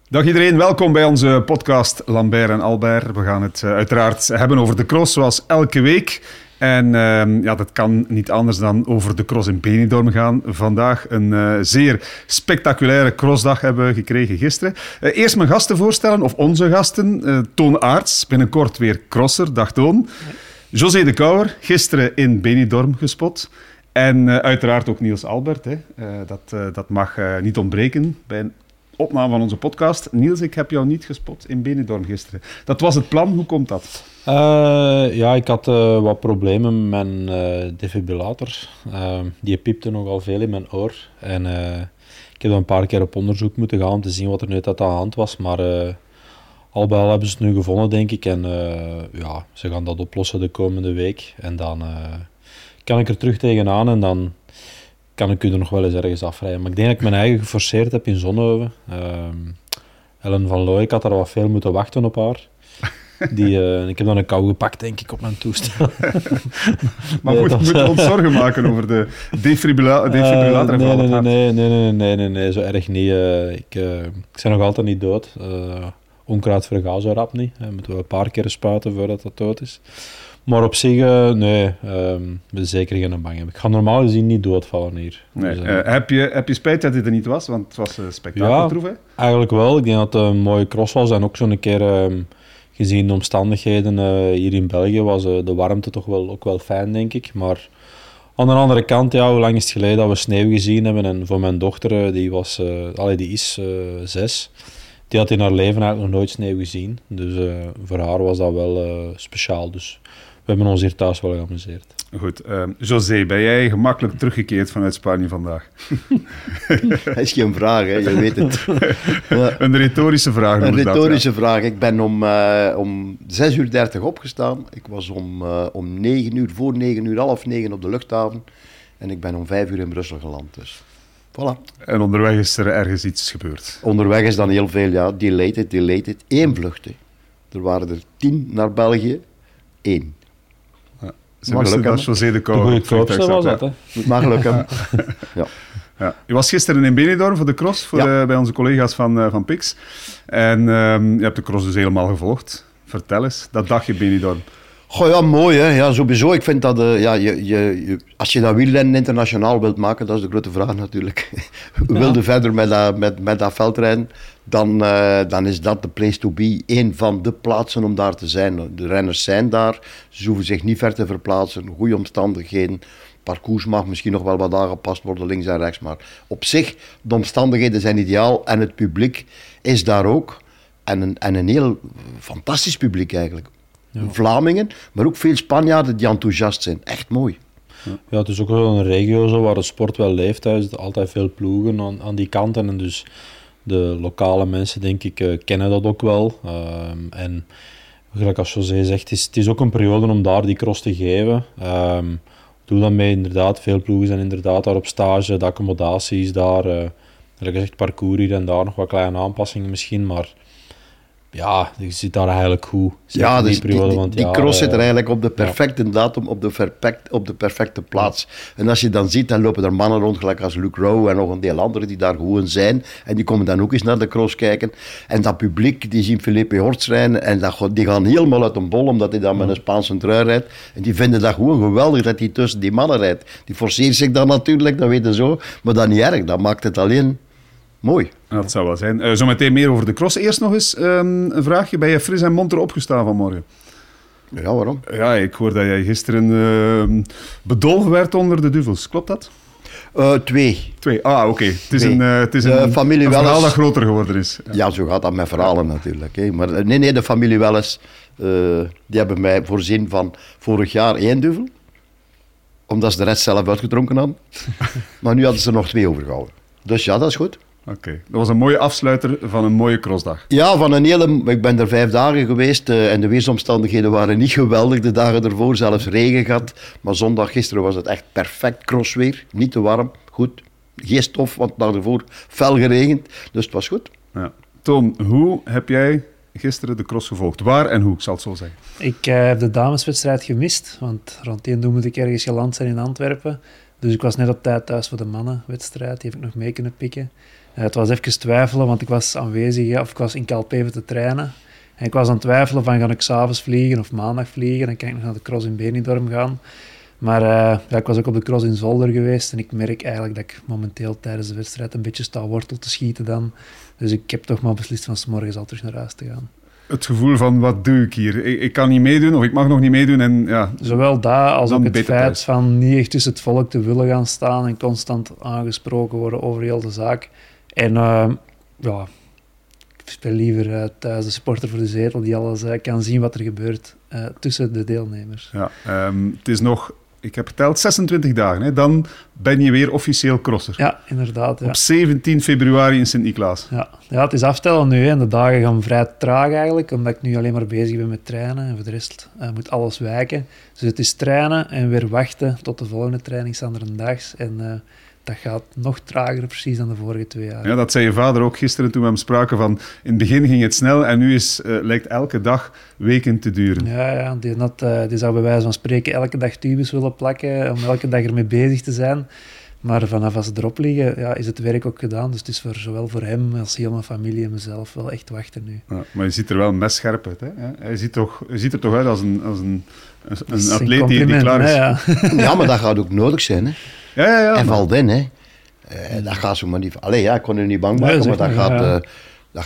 Dag iedereen, welkom bij onze podcast Lambert en Albert. We gaan het uiteraard hebben over de cross, zoals elke week. En dat kan niet anders dan over de cross in Benidorm gaan. Vandaag een zeer spectaculaire crossdag hebben we gekregen gisteren. Eerst mijn gasten voorstellen, of onze gasten. Toon Aerts, binnenkort weer crosser. Dag Toon. José de Kouwer, gisteren in Benidorm gespot. En uiteraard ook Niels Albert. Hè. Dat mag niet ontbreken bij een opname van onze podcast. Niels, ik heb jou niet gespot in Benidorm gisteren. Dat was het plan. Hoe komt dat? Ik had wat problemen met mijn defibrillator. Die piepte nogal veel in mijn oor. En ik heb dan een paar keer op onderzoek moeten gaan om te zien wat er nu uit aan de hand was. Maar al bij al hebben ze het nu gevonden, denk ik. En ze gaan dat oplossen de komende week. En dan kan ik er terug tegenaan en dan kan ik u er nog wel eens ergens afrijden. Maar ik denk dat ik mijn eigen geforceerd heb in Zonhoven. Ellen van Looy, ik had daar wat veel moeten wachten op haar. Ik heb dan een kou gepakt, denk ik, op mijn toestel. Maar moeten we ons zorgen maken over de defibrillator? Nee, zo erg niet. Ik ben nog altijd niet dood. Onkruid vergaat zo rap niet. Moeten we een paar keer spuiten voordat dat dood is. Maar op zich, zeker geen bang hebben. Ik ga normaal gezien niet doodvallen hier. Nee. Dus, heb je spijt dat hij er niet was? Want het was spektakeltroef, hè? Eigenlijk wel. Ik denk dat het een mooie cross was. En ook zo'n keer, gezien de omstandigheden hier in België, was de warmte toch ook wel fijn, denk ik. Maar aan de andere kant, hoe lang is het geleden dat we sneeuw gezien hebben? En voor mijn dochter, die is 6... Die had in haar leven eigenlijk nog nooit sneeuw gezien. Dus voor haar was dat wel speciaal. Dus we hebben ons hier thuis wel geamuseerd. Goed. José, ben jij gemakkelijk teruggekeerd vanuit Spanje vandaag? Dat is geen vraag, hè? Je weet het. Ja. Een retorische vraag. Een retorische vraag. Ik ben om 6:30 opgestaan. Ik was om 9 uur, voor 9 uur, half 9 op de luchthaven. En ik ben om 5 uur in Brussel geland. Dus voilà. En onderweg is er ergens iets gebeurd? Onderweg is dan heel veel, ja. Delayed. 1 vlucht. Hè. Er waren er 10 naar België. 1. Ja. Ze wisten dat José de Kouwer... Een goede koopsel was dat, hè? Mag lukken. Ja. Ja. Je was gisteren in Benidorm voor de cross, bij onze collega's van Pix. En je hebt de cross dus helemaal gevolgd. Vertel eens, dat dagje Benidorm. Goh, ja, mooi, hè. Ja, sowieso. Ik vind dat als je dat wielrennen internationaal wilt maken, dat is de grote vraag natuurlijk. Wilde verder met dat veldrijden, dan is dat de place to be. Een van de plaatsen om daar te zijn. De renners zijn daar, ze hoeven zich niet ver te verplaatsen, goede omstandigheden. Parcours mag misschien nog wel wat aangepast worden, links en rechts, maar op zich, de omstandigheden zijn ideaal en het publiek is daar ook. En een heel fantastisch publiek eigenlijk. Ja. Vlamingen, maar ook veel Spanjaarden die enthousiast zijn. Echt mooi. Ja, het is ook wel een regio zo waar de sport wel leeft. Er zitten altijd veel ploegen aan die kanten. En dus de lokale mensen, denk ik, kennen dat ook wel. En gelijk als José zegt, het is ook een periode om daar die cross te geven. Doe dan mee, inderdaad. Veel ploegen zijn inderdaad daar op stage. De accommodatie is daar. Gelijk gezegd, parcours hier en daar nog wat kleine aanpassingen misschien, maar... Ja, je zit daar eigenlijk goed. Ja, dus die cross zit er eigenlijk op de perfecte datum, op de perfecte plaats. En als je dan ziet, dan lopen er mannen rond, gelijk als Luke Rowe en nog een deel anderen die daar gewoon zijn. En die komen dan ook eens naar de cross kijken. En dat publiek, die zien Felipe Horst rijden en die gaan helemaal uit een bol, omdat hij dan met een Spaanse trui rijdt. En die vinden dat gewoon geweldig dat hij tussen die mannen rijdt. Die forceert zich dan natuurlijk, dat weten ze zo. Maar dat niet erg, dat maakt het alleen... mooi. Dat zou wel zijn. Zometeen meer over de cross. Eerst nog eens een vraagje. Ben je fris en monter opgestaan vanmorgen? Ja, waarom? Ja, ik hoor dat jij gisteren bedolven werd onder de duvels. Klopt dat? 2. Oké. Het is een verhaal dat groter geworden is. Ja, zo gaat dat met verhalen natuurlijk. Hè. Maar nee, de familie Welles, die hebben mij voorzien van vorig jaar 1 duvel. Omdat ze de rest zelf uitgedronken hadden. Maar nu hadden ze er nog 2 overgehouden. Dus ja, dat is goed. Oké. Dat was een mooie afsluiter van een mooie crossdag. Ja, ik ben er 5 dagen geweest en de weersomstandigheden waren niet geweldig. De dagen ervoor zelfs regen gehad. Maar zondag, gisteren was het echt perfect crossweer. Niet te warm, goed. Geen stof, want de dag ervoor fel geregend. Dus het was goed. Ja. Toon, hoe heb jij gisteren de cross gevolgd? Waar en hoe, ik zal het zo zeggen. Ik heb de dameswedstrijd gemist, want rond 1 moet ik ergens geland zijn in Antwerpen. Dus ik was net op tijd thuis voor de mannenwedstrijd, die heb ik nog mee kunnen pikken. Het was even twijfelen, want ik was aanwezig, of ik was in Kalpeven te trainen. En ik was aan het twijfelen van, ga ik 's avonds vliegen of maandag vliegen? Dan kan ik nog naar de cross in Benidorm gaan. Maar ik was ook op de cross in Zolder geweest en ik merk eigenlijk dat ik momenteel tijdens de wedstrijd een beetje sta wortel te schieten dan. Dus ik heb toch maar beslist van 's morgens al terug naar huis te gaan. Het gevoel van, wat doe ik hier? Ik kan niet meedoen of ik mag nog niet meedoen. En, ja, Zowel dat als dan ook het beter feit thuis. van niet echt tussen het volk te willen gaan staan en constant aangesproken worden over heel de zaak. En ja, ik speel liever thuis de supporter voor de zetel die alles kan zien wat er gebeurt tussen de deelnemers. Ja, het is nog, ik heb geteld, 26 dagen. Hè? Dan ben je weer officieel crosser. Ja, inderdaad. Ja. Op 17 februari in Sint-Niklaas. Ja, het is aftellen nu hè, en de dagen gaan vrij traag eigenlijk, omdat ik nu alleen maar bezig ben met trainen en voor de rest moet alles wijken. Dus het is trainen en weer wachten tot de volgende training Sanderendaags en dat gaat nog trager precies dan de vorige 2 jaar. Ja, dat zei je vader ook gisteren toen we hem spraken van, in het begin ging het snel en nu lijkt elke dag weken te duren. Ja, die zou bij wijze van spreken elke dag tubes willen plakken om elke dag ermee bezig te zijn. Maar vanaf als ze erop liggen, ja, is het werk ook gedaan. Dus het is zowel voor hem als heel mijn familie en mezelf wel echt wachten nu. Ja, maar je ziet er wel messcherp uit. Hè? Hij ziet er toch uit als een Dat is atleet die klaar is. hè, ja. Ja, maar dat gaat ook nodig zijn. Hè. Ja, En maar- Valden, hè. Dat gaat zo maar niet... Allee, ja, ik kon er niet bang Nee, maken, zeg maar maar, dat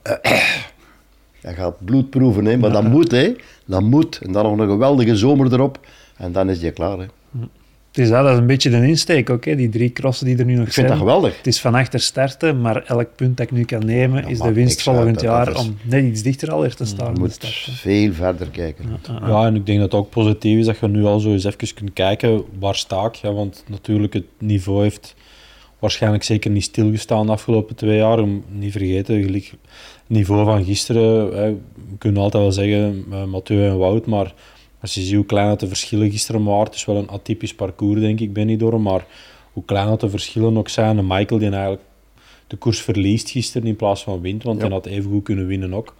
gaat bloed proeven, hè. Maar dat moet, hè. Dat moet. En dan nog een geweldige zomer erop. En dan is die klaar, hè. Het is dat is een beetje de insteek ook, hè. Die 3 crossen die er nu nog Ik vind zijn. dat geweldig. Het is van achter starten, maar elk punt dat ik nu kan nemen Dat is de maakt winst niks uit, volgend dat jaar is- om net iets dichter alweer te staan. Je met moet de start, hè. veel verder kijken. Ja, en ik denk dat het ook positief is dat je nu al zo eens even kunt kijken waar sta ik. Want natuurlijk, het niveau heeft waarschijnlijk zeker niet stilgestaan de afgelopen 2 jaar. Om niet vergeten, gelijk het niveau van gisteren. We kunnen altijd wel zeggen, Mathieu en Wout, maar als je ziet hoe klein dat de verschillen gisteren waren, het is wel een atypisch parcours, denk ik, Benidorm, maar hoe klein dat de verschillen ook zijn. En Michael, die eigenlijk de koers verliest gisteren in plaats van wint, want hij had even goed kunnen winnen ook.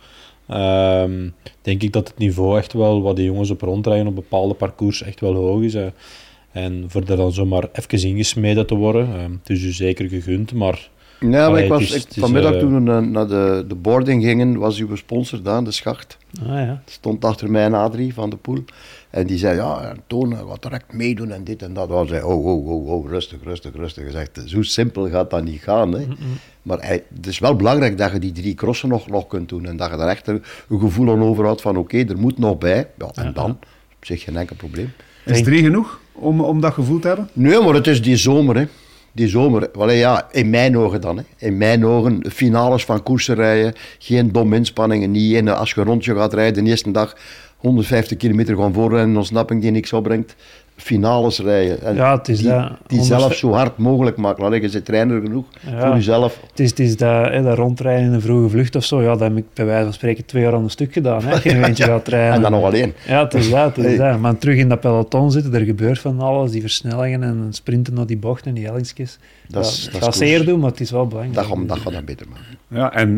Denk ik dat het niveau echt wel, wat de jongens op rondrijden op bepaalde parcours, echt wel hoog is. En voor er dan zomaar even ingesmeden te worden, het is u zeker gegund, maar... Ja, maar Allee, ik het was, is- het is, vanmiddag toen we naar de boarding gingen, was uw sponsor daar, de Schacht. Ah, ja. Stond achter mij een Adrie van de Poel. En die zei, ja, Toon gaat direct meedoen en dit en dat. Dan zei rustig. Hij zegt, zo simpel gaat dat niet gaan. Hè. Maar het is wel belangrijk dat je die 3 crossen nog kunt doen. En dat je daar echt een gevoel aan overhoudt van, oké, er moet nog bij. Ja, en dan, op zich geen enkel probleem. Is 3 genoeg om dat gevoel te hebben? Nee, maar het is die zomer, hè. Die zomer, allee, ja, in mijn ogen dan. Hè. In mijn ogen, finales van koersen rijden, geen domme inspanningen, niet in. Als je een rondje gaat rijden, de eerste dag 150 kilometer gaan voorrijden, een ontsnapping die niks opbrengt. Finales rijden. En Ja, het is die, dat. die zelf zo hard mogelijk maken. Allee, je bent trainer genoeg Ja. voor jezelf. Het is dat rondrijden in een vroege vlucht of zo, ja, dat heb ik bij wijze van spreken 2 jaar aan een stuk gedaan. Hè. Geen eentje gaat trainen. En dan nog alleen. Ja, het is dat. Hey. Dat. Maar terug in dat peloton zitten, er gebeurt van alles, die versnellingen en sprinten naar die bochten en die hellingsjes. Dat is- Ja, dat ik is ga zeer koers. doen, maar het is wel belangrijk. Dat gaat dan beter maken. Ja, en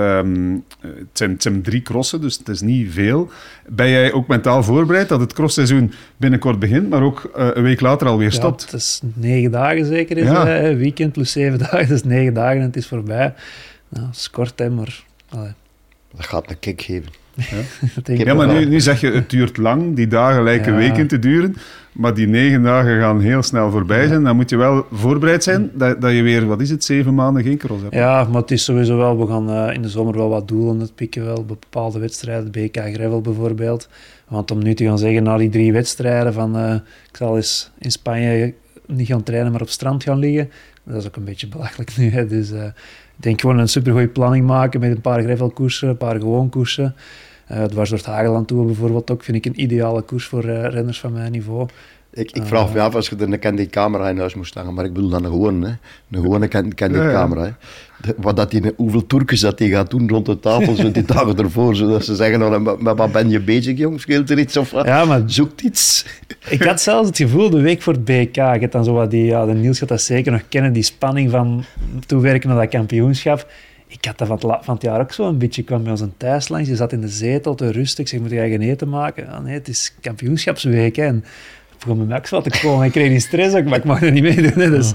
het zijn 3 crossen, dus het is niet veel. Ben jij ook mentaal voorbereid dat het crossseizoen binnenkort begint, maar ook een week later alweer stopt? Ja, het is 9 dagen zeker, is Ja. het, hè. Weekend plus 7 dagen, dat is 9 dagen en het is voorbij. Nou, het is kort, hè, maar... allee, Dat gaat een kick geven. ik denk Ja, maar wel. nu zeg je, het duurt lang, die dagen lijken Ja. weken te duren, maar die 9 dagen gaan heel snel voorbij zijn. Dan moet je wel voorbereid zijn dat je weer, 7 maanden geen cross hebt. Ja, maar het is sowieso wel, we gaan in de zomer wel wat doelen het pikken wel, bepaalde wedstrijden, BK Gravel bijvoorbeeld. Want om nu te gaan zeggen, na die 3 wedstrijden van ik zal eens in Spanje niet gaan trainen, maar op strand gaan liggen, dat is ook een beetje belachelijk nu. Hè. Dus ik denk gewoon een supergoeie planning maken met een paar gravelkoersen, een paar gewoon koersen. Dwars door het Hageland toe bijvoorbeeld ook, vind ik een ideale koers voor renners van mijn niveau. Ik vraag me af als je er een candid camera in huis moest hangen, maar ik bedoel dan een gewone, hè. Een gewone candid camera. Hè. Hoeveel Turkjes dat die gaat doen rond de tafel, zo die dagen ervoor, zodat ze zeggen, nou, met wat ben je bezig, jong? Scheelt er iets of wat? Ja, maar Zoekt iets. ik had zelfs het gevoel, de week voor het BK, ik had dan zo wat de Niels gaat dat zeker nog kennen, die spanning van toewerken naar dat kampioenschap. Ik had dat van het jaar ook zo een beetje, ik kwam bij ons een thuis langs, je zat in de zetel te rusten, ik zeg, moet je eigen eten maken? Ah, nee, het is kampioenschapsweek, hè. En het begon bij mij ook zo wat te komen, ik kreeg die stress ook, maar ik mag er niet meedoen, hè. Dus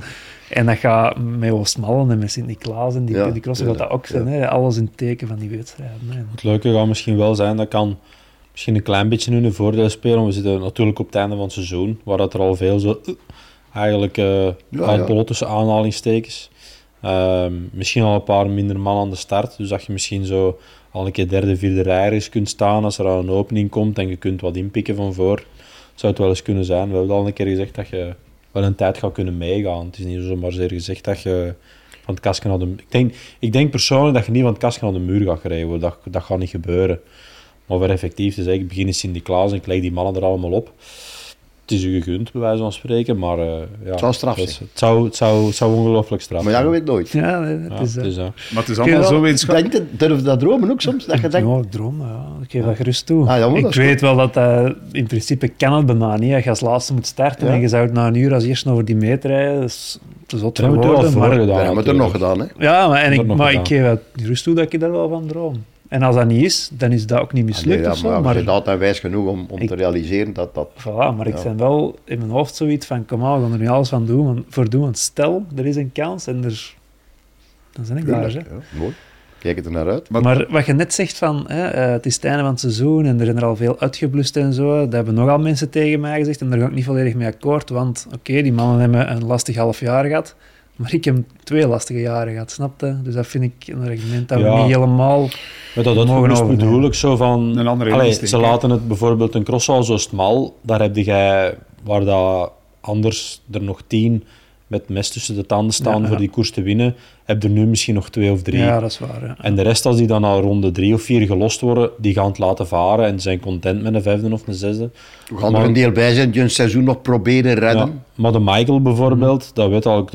En dat gaat met Oostmallen en met Sint-Niklaas en die crossen gaat dat ook zijn. Hè? Alles in het teken van die wedstrijden. Hè? Het leuke gaat misschien wel zijn, dat kan misschien een klein beetje in hun voordeel spelen. We zitten natuurlijk op het einde van het seizoen, waar dat er al veel zo eigenlijk uitbollen tussen aanhalingstekens. Misschien al een paar minder man aan de start, dus dat je misschien zo al een keer derde, vierde rij eens kunt staan als er aan een opening komt en je kunt wat inpikken van voor. Zou het wel eens kunnen zijn. We hebben al een keer gezegd dat je wel een tijd gaat kunnen meegaan. Het is niet zomaar zeer gezegd dat je van het kastje naar de... Ik denk persoonlijk dat je niet van het kastje naar de muur gaat gereden worden. Dat gaat niet gebeuren. Maar weer effectief te zeggen, ik begin in Sint-Niklaas en ik leg die mannen er allemaal op. Het is u gegund, bij wijze van spreken, maar het zou straf zijn. Het zou ongelooflijk straf zijn. Maar ja, je weet nooit. Ja, het is dat. Maar het is allemaal zo wetenschappelijk. Durf je dat dromen ook soms? Dat je denkt... Ja, ik droom, ja. Ik geef dat gerust toe. Ik weet wel dat in principe kan het bijna niet. Als je als laatste moet starten en je zou het na een uur als eerste over die meter rijden, dat is zot voor woorden. We hebben het er nog gedaan, hè? Ja, maar ik geef dat gerust toe dat ik daar wel van droom. En als dat niet is, dan is dat ook niet mislukt of zo. Maar je bent altijd wijs genoeg om te realiseren dat... Voilà, maar ik ben wel in mijn hoofd zoiets van, kom aan, we gaan er nu alles van doen. Want stel, er is een kans en dan ben ik daar. Hè. Ja, mooi. Kijk het er naar uit. Maar wat je net zegt van, het is het einde van het seizoen en er zijn er al veel uitgeblust en zo, dat hebben nogal mensen tegen mij gezegd en daar ga ik niet volledig mee akkoord, want die mannen hebben een lastig half jaar gehad. Maar ik heb 2 lastige jaren gehad, snap je? Dus dat vind ik een argument dat we niet helemaal mogen over. Bedoel ik zo van... Een andere ze laten het bijvoorbeeld een crosshal zo smal, daar heb jij, waar dat anders er nog 10 met mes tussen de tanden staan voor die koers te winnen, heb er nu misschien nog 2 of 3. Ja, dat is waar. Ja. En de rest, als die dan al ronde 3 of 4 gelost worden, die gaan het laten varen en zijn content met een 5e of een 6e. We gaan er een deel bij zijn die een seizoen nog proberen redden. Ja, maar de Michael bijvoorbeeld, dat weet al,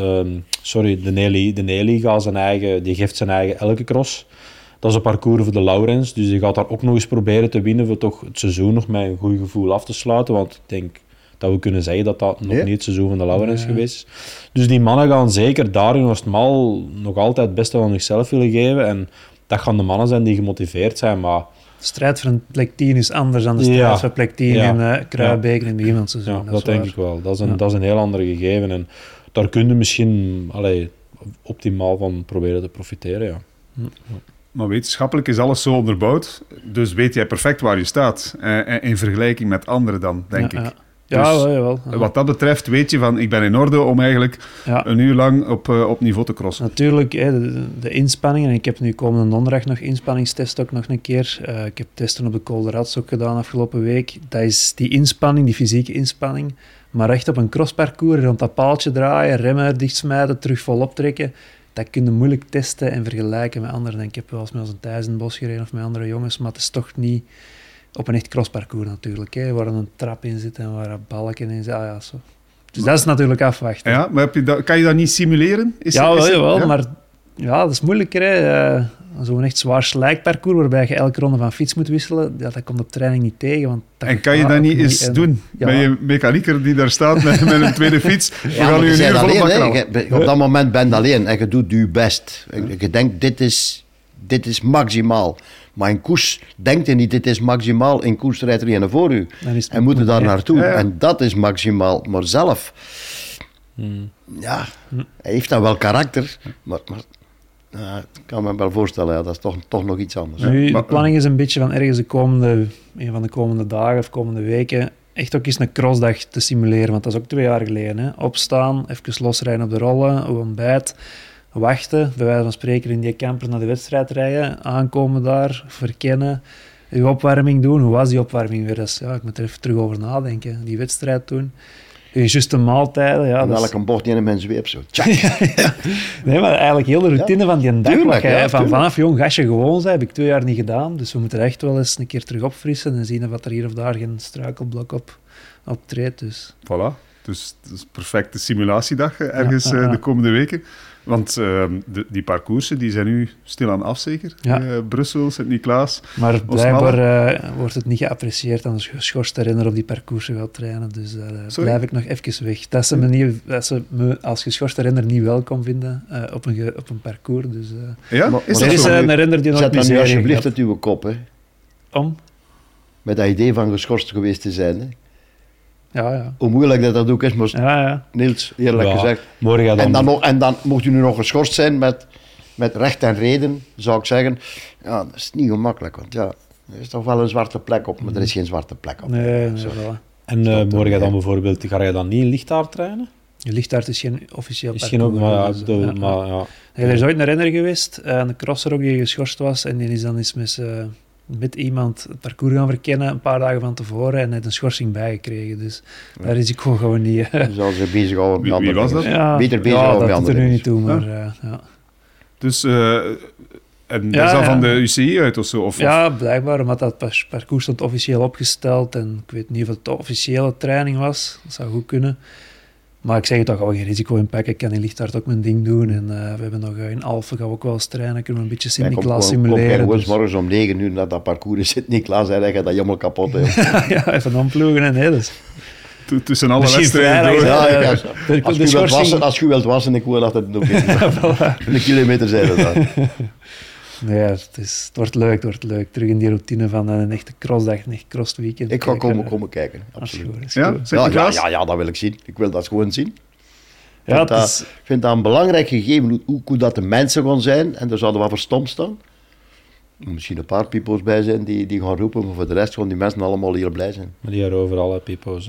de Nelly die geeft zijn eigen elke cross. Dat is een parcours voor de Laurens, dus die gaat daar ook nog eens proberen te winnen voor toch het seizoen nog met een goed gevoel af te sluiten, want ik denk dat we kunnen zeggen dat dat nog niet het seizoen van de Laurens geweest is. Dus die mannen gaan zeker daar in Oostmal nog altijd het beste van zichzelf willen geven. En dat gaan de mannen zijn die gemotiveerd zijn. Maar de strijd voor een plek 10 is anders dan de strijd voor plek 10 in Kruijbeek in het begin van het seizoen. Ja, dat denk ik wel. Dat is een heel ander gegeven. En daar kun je misschien optimaal van proberen te profiteren. Ja. Maar wetenschappelijk is alles zo onderbouwd. Dus weet jij perfect waar je staat. In vergelijking met anderen dan, denk ik. Ja, dus wel. Wat dat betreft weet je van, ik ben in orde om eigenlijk een uur lang op niveau te crossen. Natuurlijk, de inspanningen. En ik heb nu komende donderdag nog inspanningstest ook nog een keer. Ik heb testen op de Col de Rats ook gedaan afgelopen week. Dat is die inspanning, die fysieke inspanning. Maar echt op een crossparcours, rond dat paaltje draaien, remmen, dichtsmijden, terug volop trekken. Dat kun je moeilijk testen en vergelijken met anderen. En ik heb wel eens met ons een Thijs in het bos gereden of met andere jongens, maar het is toch niet... Op een echt crossparcours natuurlijk, waar een trap in zit en waar een balken in zit. Zo. Dus dat is natuurlijk afwachten. Ja, maar kan je dat niet simuleren? Jawel, maar dat is moeilijker. Zo'n echt zwaar slijkparcours waarbij je elke ronde van fiets moet wisselen, dat komt op training niet tegen. Want en kan je dat niet eens doen? Ja. Ben je mechanieker die daar staat met een tweede fiets? We gaan nu een uur alleen, op dat moment ben je alleen en je doet je best. Je denkt, dit is maximaal. Maar in koers denkt je niet, dit is maximaal. In koers rijdt er een voor u. En moet je daar naartoe. Ja. En dat is maximaal. Maar zelf, hij heeft dan wel karakter. Maar ik kan me wel voorstellen, dat is toch nog iets anders. Nu, de planning is een beetje van ergens een van de komende dagen of komende weken echt ook eens een crossdag te simuleren. Want dat is ook 2 jaar geleden. Hè. Opstaan, even losrijden op de rollen, ontbijt. Wachten, bij wijze van spreken in die camper naar de wedstrijd rijden, aankomen daar, verkennen, je opwarming doen. Hoe was die opwarming weer? Dus, ik moet er even terug over nadenken. Die wedstrijd doen. Je juiste maaltijden. Ja, en elke bocht in een mens zweep zo. Nee, maar eigenlijk heel de routine van die dag. Tuurlijk, vanaf jong gastje gewoon zijn, heb ik 2 jaar niet gedaan. Dus we moeten echt wel eens een keer terug opfrissen en zien of er hier of daar geen struikelblok op treedt. Dus. Voilà. Dus het is een perfecte simulatiedag ergens de komende weken. Want die parcoursen die zijn nu stilaan af, zeker? Ja. Brussel, Sint-Niklaas. Maar blijkbaar wordt het niet geapprecieerd als een geschorste renner op die parcoursen gaat trainen. Dus blijf ik nog even weg. Dat ze me als geschorste renner niet welkom vinden op een parcours. Dus, er is een renner die nog zet niet dan nu alsjeblieft uit uw kop, hè. Om? Met dat idee van geschorst geweest te zijn, hè. Ja. Hoe moeilijk dat ook is, maar Ja. Niels, eerlijk Ja, gezegd. morgen dan... En dan mocht u nu nog geschorst zijn met recht en reden, zou ik zeggen. Ja, dat is niet gemakkelijk, want ja, er is toch wel een zwarte plek op, maar er is geen zwarte plek op. Nee, Zo. voilà. En morgen dan bijvoorbeeld, ga je dan niet in Lichtaard trainen? Je Lichtaard is geen officieel Misschien ook, parcours, maar ja, dus, ik bedoel, ja. maar ja. Er is ooit een renner geweest, een crosser ook, die geschorst was. En die is dan eens met iemand het parcours gaan verkennen een paar dagen van tevoren en heeft een schorsing bijgekregen. Dus daar is ik gewoon niet... Zal ze bezighouden met Wie andere was dat? dingen. ja, Beter bezighouden met dat doet er andere nu dingen. niet toe, maar ja. Dus, en dat Ja, is al ja. van de UCI uit of zo? Of, Ja, blijkbaar, omdat dat parcours stond officieel opgesteld en ik weet niet of het de officiële training was. Dat zou goed kunnen. Maar ik zeg het toch, gaan we geen risico in pakken. Ik kan in Lichtaard ook mijn ding doen. En we hebben nog in Alphen gaan we ook wel eens trainen. Kunnen we een beetje Sint-Niklaas Kom simuleren. gewoon Dus- morgens om 9 uur naar dat parcours is, zit niet klaar zijn, dan gaat dat helemaal kapot. Hè. ja, even omploegen en nee, dus. tussen alle Misschien wedstrijden vrijdag, door. Ja, ja, ja. de Als je wilt schorsing- wassen, als je wilt wassen, ik woon achter een kilometer zijn we daar. Nee, het wordt leuk. Terug in die routine van een echte crossdag, een echt crossweekend. Ik ga Kijk, komen kijken, dat is absoluut. goed, is Ja, goed. Sint-Niklaas? Ja, dat wil ik zien. Ik wil dat gewoon zien. Ja, Ik het is, vind dat een belangrijk gegeven, hoe dat de mensen gaan zijn. En daar zouden we verstomd staan. Er misschien een paar pipo's bij zijn die gaan roepen, maar voor de rest gaan die mensen allemaal heel blij zijn. Maar die hebben overal, hè, pipo's.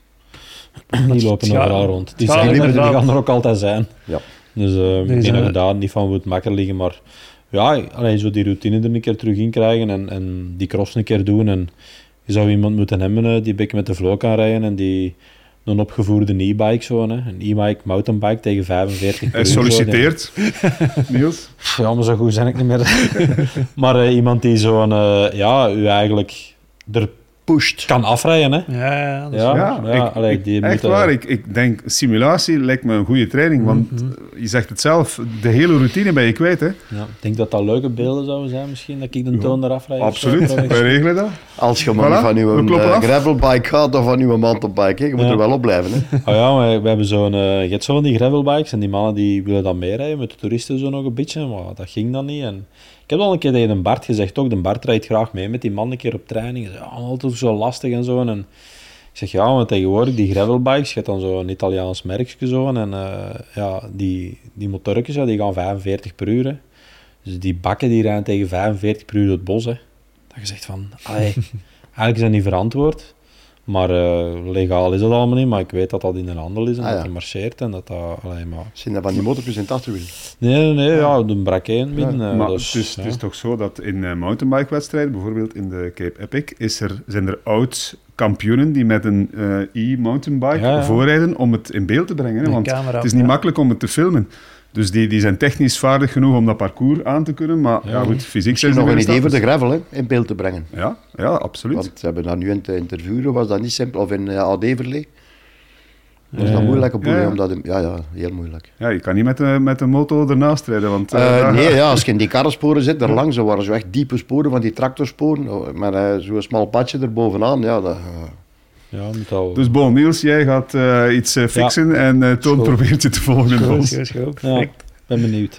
Hè. Die lopen Ja, overal rond. Die, ja, zijn er, die inderdaad. gaan er ook altijd zijn. Ja. Dus ik zijn denk dat er- je daar niet van moet makker liggen. Maar ja, allee, zo die routine er een keer terug in krijgen en die cross een keer doen. En je zou iemand moeten hebben die een beetje met de flow kan rijden en die een opgevoerde e-bike zo, hè. Een e-bike mountainbike tegen 45 Hij per uur, zo, solliciteert. Niels? ja, maar zo goed zijn ik niet meer. Maar iemand die zo'n, u eigenlijk er Pusht. kan afrijden, hè. ja, dat is Ja, Ja, allee, die echt moeten- waar. Ik denk, simulatie lijkt me een goede training, want je zegt het zelf, de hele routine ben je kwijt, hè? Ja, ik denk dat dat leuke beelden zouden zijn misschien, dat ik de toon eraf rijd. Absoluut, wij regelen dat. Als je maar Voilà, niet van we uw kloppen af. gravelbike gaat of van uw mountainbike, hè. Je moet Ja. er wel op blijven. Hè. Oh ja, maar we hebben zo'n, je hebt zo van die gravelbikes en die mannen die willen dan meerijden met de toeristen zo nog een beetje, maar dat ging dan niet. En ik heb al een keer tegen de Bart gezegd, ook de Bart rijdt graag mee met die man een keer op training. Hij zei, ja, altijd zo lastig en zo. En ik zeg, ja, maar tegenwoordig die gravelbikes, je hebt dan zo'n Italiaans merkje zo en die motorretjes, ja, die gaan 45 per uur. Hè. Dus die bakken die rijden tegen 45 per uur door het bos. Hè. Dat je zegt van, allee, eigenlijk is dat niet verantwoord. Maar legaal is dat allemaal niet, maar ik weet dat dat in een handel is en Ah, ja. dat dat marcheert en dat dat... Allee, maar... Zijn dat van die motortjes in het achterwiel? Nee, ja, de brak één midden. Maar dus, het is toch zo dat in mountainbike-wedstrijden, bijvoorbeeld in de Cape Epic, zijn er oud-kampioenen die met een e-mountainbike Ja, ja. voorrijden om het in beeld te brengen. Hè? Met Want camera, het is niet ja. makkelijk om het te filmen. Dus die zijn technisch vaardig genoeg om dat parcours aan te kunnen, maar ja, goed, fysiek Misschien zijn nog ze een idee voor de de gravel hè, in beeld te brengen. Ja, absoluut. Want ze hebben dat nu in te interviewen, was dat niet simpel. Of in AD-verlee. Was Ja. dat moeilijke boel, Ja. omdat... Ja, heel moeilijk. Ja, je kan niet met de motor ernaast rijden, want... daar- Nee, ja, als je in die karrensporen zit, daar langs, waren zo echt diepe sporen van die tractorsporen, maar zo'n smal padje erbovenaan, ja, dat... ja, moet al... Dus bon, Niels, jij gaat iets fixen en Toon Goed. probeert je te volgen in het bos. goed. ja, Perfect. ben benieuwd.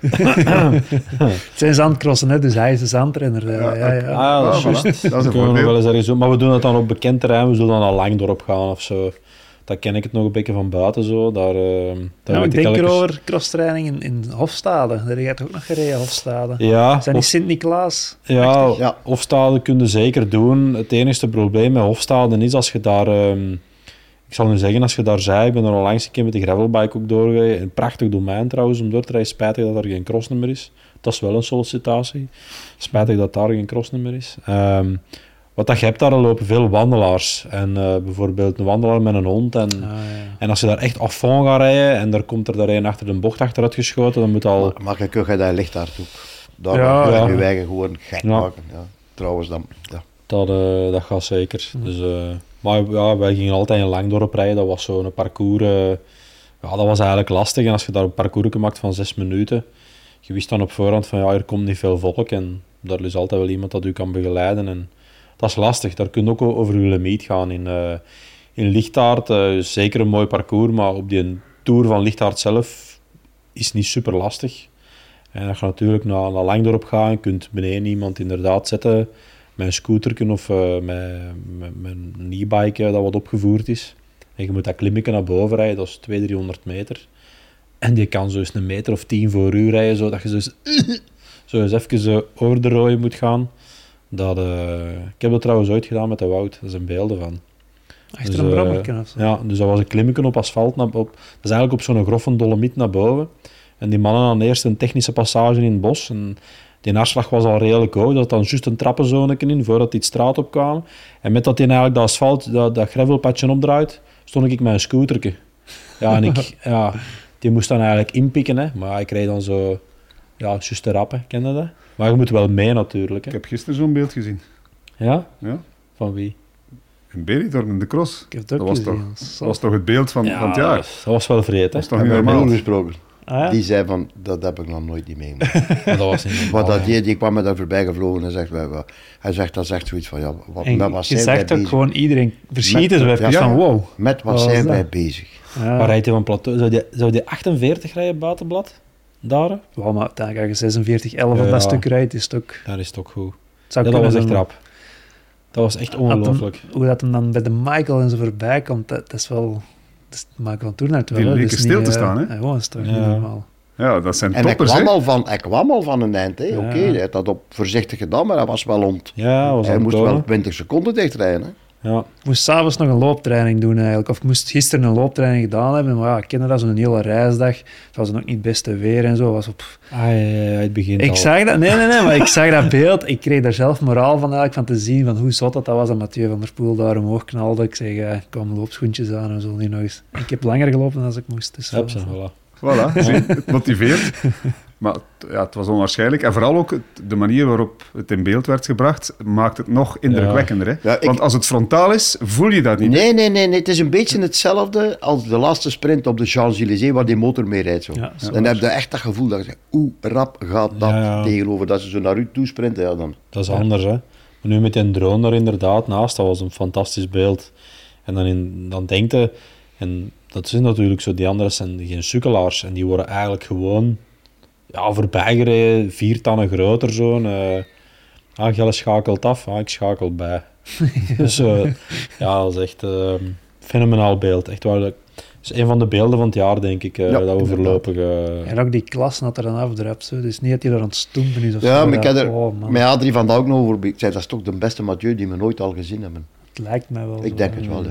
Het zijn zandcrossen, hè, dus hij is de zandrenner. Ja. Ah ja, dat is Ah, juist. voilà. Dat is een Dat kunnen we nog voordeel. wel eens ergens doen. Maar we doen het dan op bekend terrein. We zullen dan al lang erop gaan of zo. Dat ken ik het nog een beetje van buiten zo. Daar Nou, weet ik denk elke- erover crosstraining in Hofstade. Daar heb je ook nog gereden, Hofstade. Ja, Zijn die Sint-Niklaas? ja, Ja. Hofstade kun je zeker doen. Het enige probleem met Hofstade is als je daar... ik zal nu zeggen, als je daar zei, ik ben er al langs een keer met de gravelbike ook doorgereden. Een prachtig domein trouwens om door te rijden. Spijtig dat er geen crossnummer is. Dat is wel een sollicitatie. Spijtig dat daar geen crossnummer is. Wat dat je hebt, daar lopen veel wandelaars. En bijvoorbeeld een wandelaar met een hond. En als je daar echt af van gaat rijden en daar komt er een achter de bocht achteruit geschoten, dan moet al... Maar je kunt dat licht daar ook. Daar Ja, ga ja. je eigen gewoon gek Ja. maken. Ja. Trouwens, dan... Ja. Dat gaat zeker. Dus, maar ja, wij gingen altijd in Langdorp rijden. Dat was zo'n parcours... ja, dat was eigenlijk lastig. En als je daar een parcours maakt van 6 minuten, je wist dan op voorhand van ja, er komt niet veel volk. En daar is altijd wel iemand dat u kan begeleiden. En dat is lastig. Daar kun je ook over je limiet gaan. In Lichtaard is zeker een mooi parcours, maar op die Tour van Lichtaard zelf is niet super lastig. En als je natuurlijk naar Langdorp gaat, je kunt beneden iemand inderdaad zetten met een scooter of met een e-bike dat wat opgevoerd is. En je moet dat klimmetje naar boven rijden, dat is 200-300 meter. En die kan zo eens 1 meter of 10 voor u rijden, zodat je zo eens even over de rode moet gaan. Ik heb dat trouwens ooit gedaan met de Wout, daar zijn beelden van. Achter een brommerken of zo. Ja, dus dat was een klimmetje op asfalt. Dat is eigenlijk op zo'n grove dolomiet naar boven. En die mannen hadden eerst een technische passage in het bos. En die afslag was al redelijk hoog. Dat dan juist een trappenzone in, voordat die het straat op kwamen. En met dat die eigenlijk dat asfalt, dat gravelpadje opdraait, stond ik met een scooterke. Ja, en die moest dan eigenlijk inpikken, hè. Maar ik reed dan zo, juist te rappen, ken je dat? Maar je moet wel mee natuurlijk, hè. Ik heb gisteren zo'n beeld gezien. Ja? Ja. Van wie? In Benidorm, in de cross. Ik heb het ook Dat gezien. was toch het beeld van het jaar? Dat was wel vreed, hè. Dat is Ik toch heb niet met mijn normaal? broer gesproken. Ah, ja? Die zei van, dat heb ik nog nooit niet meegemaakt. Maar dat was niet Maar normaal, hè. die kwam me daar voorbij gevlogen en zegt, hij zegt, dat is echt zoiets van, En met wat je zijn wij zegt ook bezig? gewoon iedereen verschieten zo Met- even ja. van wow. Met wat Wat was zijn wij dat? bezig? Ja. Waar rijdt hij van plateau? Zou die 48 rijden buitenblad? Daar? Wel, maar uiteindelijk als je 46-11 op Ja. dat stuk rijdt, is het ook... Daar is het ook goed. Het zou Ja, dat was kunnen echt zijn, rap. Dat was echt ongelooflijk. Hoe dat hem dan bij de Michael en zo voorbij komt, dat is wel... Dat is Michael van Toernout wel. Die hè. leek Dat is er stil niet, te staan, hè? Gewoon, is toch niet Ja. normaal. Ja, dat zijn En hij toppers, hè? kwam al van een eind. Ja. Oké, hij had dat op voorzichtig gedaan, maar hij was wel Ja, was hij aan het moest komen. wel 20 seconden dichtrijden. Hè. Ja. Ik moest s'avonds nog een looptraining doen eigenlijk. Of ik moest gisteren een looptraining gedaan hebben. Maar ja, ik kende dat, zo'n hele reisdag. Het was nog niet het beste weer en zo. Het was op... Het begint Ik al. zag dat, nee, maar ik zag dat beeld. Ik kreeg daar zelf moraal van eigenlijk van te zien van hoe zot dat was dat Mathieu van der Poel daar omhoog knalde. Ik zeg, kom loopschoentjes aan en zo niet nog eens. Ik heb langer gelopen dan ik moest. Dus Hups, en voilà. Voilà, zie, het motiveert. Maar het was onwaarschijnlijk. En vooral ook de manier waarop het in beeld werd gebracht, maakt het nog indrukwekkender. Hè? Ja, Want als het frontaal is, voel je dat niet. Nee. Het is een beetje hetzelfde als de laatste sprint op de Champs-Élysées, waar die motor mee rijdt. Zo. Ja, zo Dan heb je echt dat gevoel dat je zegt, hoe rap gaat dat Ja. tegenover dat ze zo naar u toe sprinten. Ja, dan. Dat is anders, hè. Maar nu met die drone daar inderdaad naast, dat was een fantastisch beeld. En dan denkt je... En dat is natuurlijk zo, die anderen zijn geen sukkelaars. En die worden eigenlijk gewoon voorbijgereden, 4 tannen groter zo. Gelle schakelt af, ik schakel bij. Dus dat is echt een fenomenaal beeld. Echt waar. Dat is een van de beelden van het jaar, denk ik, dat we inderdaad. voorlopig... En ook die klas dat er dan afdruipt. Zo. Dus niet dat hij er aan het stoempen is of Ja, zo. maar ik heb er Oh, man. met Adrie van Dijk nog over. Ik zei, dat is toch de beste Mathieu die we nooit al gezien hebben. Het lijkt mij wel. Ik zo, denk hè. het wel, ja.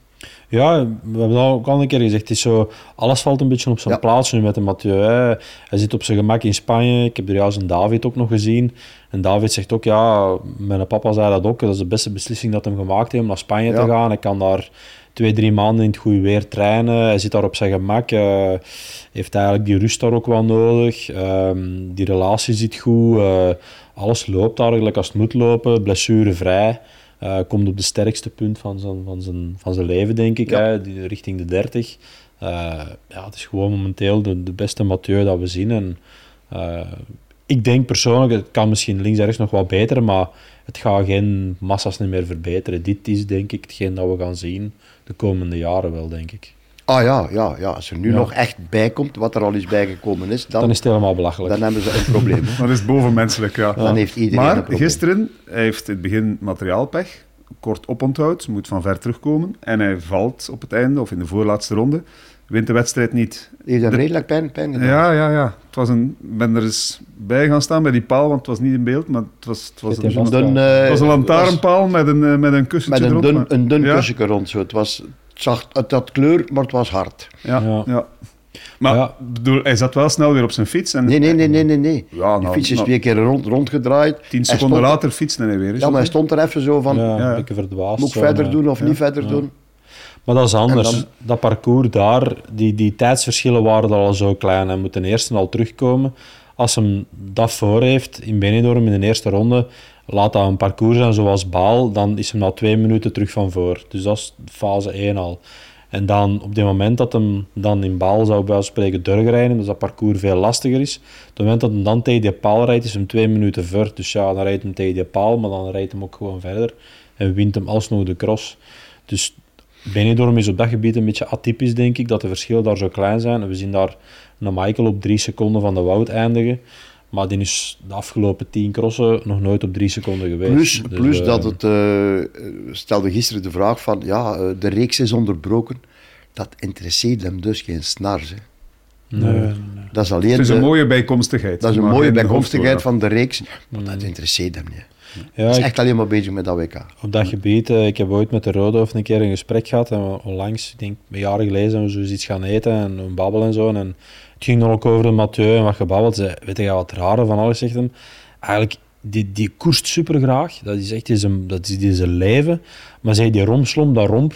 Ja, we hebben dat ook al een keer gezegd. Het is zo, alles valt een beetje op zijn Ja. plaats nu met de Mathieu. Hè. Hij zit op zijn gemak in Spanje. Ik heb er juist een David ook nog gezien. En David zegt ook, mijn papa zei dat ook. Dat is de beste beslissing dat hij gemaakt heeft om naar Spanje te gaan. Hij kan daar 2-3 maanden in het goede weer trainen. Hij zit daar op zijn gemak. Heeft eigenlijk die rust daar ook wel nodig. Die relatie zit goed. Alles loopt daar eigenlijk als het moet lopen. Blessurevrij. Komt op de sterkste punt van zijn leven, denk ik, Ja. hè, richting de 30. Het is gewoon momenteel de beste Mathieu dat we zien. En, ik denk persoonlijk, het kan misschien links en rechts nog wat beter, maar het gaat geen massa's niet meer verbeteren. Dit is denk ik hetgeen dat we gaan zien de komende jaren wel, denk ik. Ah ja. Als er nu nog echt bij komt, wat er al eens bijgekomen is, Dan is het helemaal belachelijk. dan hebben ze een probleem. hè. Dat is bovenmenselijk, ja. Dan heeft iedereen een Maar probleem. gisteren, hij heeft in het begin materiaalpech, kort oponthoud, moet van ver terugkomen. En hij valt op het einde, of in de voorlaatste ronde, wint de wedstrijd niet. Heeft hem redelijk pijn gedaan. Ja. Ik ben er eens bij gaan staan bij die paal, want het was niet in beeld, maar het was Zit een, hij vast? het was een lantaarnpaal met een kussentje Met erop. een dun Ja. kussentje rond. Zo. Het had kleur, maar het was hard. Ja. Ja. Maar Ja. bedoel, hij zat wel snel weer op zijn fiets. En, Nee. Ja, Die fiets is 2 keer rondgedraaid. 10 Hij seconden stond- later fietste hij weer. Is Ja, dat maar hij niet? stond er even zo van, Ja, Ja. een beetje verdwaasd. moet ik zo, verder maar- doen of niet verder Ja. doen? Maar dat is anders. En dan- Dat parcours daar, die tijdsverschillen waren al zo klein. Hij moet ten eerste al terugkomen. Als hem dat voor heeft in Benidorm in de eerste ronde, laat dat een parcours zijn zoals Baal, dan is hem na 2 minuten terug van voor. Dus dat is fase 1 al. En dan op het moment dat hem dan in Baal zou bij wijze van spreken doorrijden, dus dat parcours veel lastiger is, op het moment dat hij dan tegen die paal rijdt, is hem 2 minuten voor. Dus ja, dan rijdt hem tegen die paal, maar dan rijdt hem ook gewoon verder en wint hem alsnog de cross. Dus Benidorm is op dat gebied een beetje atypisch, denk ik, dat de verschillen daar zo klein zijn. En we zien daar een Michael op 3 seconden van de Wout eindigen. Maar die is de afgelopen 10 crossen nog nooit op 3 seconden geweest. Plus Dus, dat het, stelde gisteren de vraag van, de reeks is onderbroken. dat interesseert hem dus geen snars. Hè. Nee. Dat is alleen Het is een mooie bijkomstigheid. dat is een maar mooie geen bijkomstigheid hoofddoorbraak. van de reeks, maar dat interesseert hem niet. Ja, Hij is ik- echt alleen maar bezig met dat WK. Op dat gebied, ik heb ooit met de Roodhoofd een keer een gesprek gehad. En onlangs, ik denk een jaar geleden, zijn we zoiets gaan eten en een babbel en zo. En het ging dan ook over de Mathieu en wat gebabbeld. Zei, weet je wat rare van alles, zegt hem. Eigenlijk, die koerst super graag. Dat is echt die zijn leven. Maar zei die romslomp, dat romp,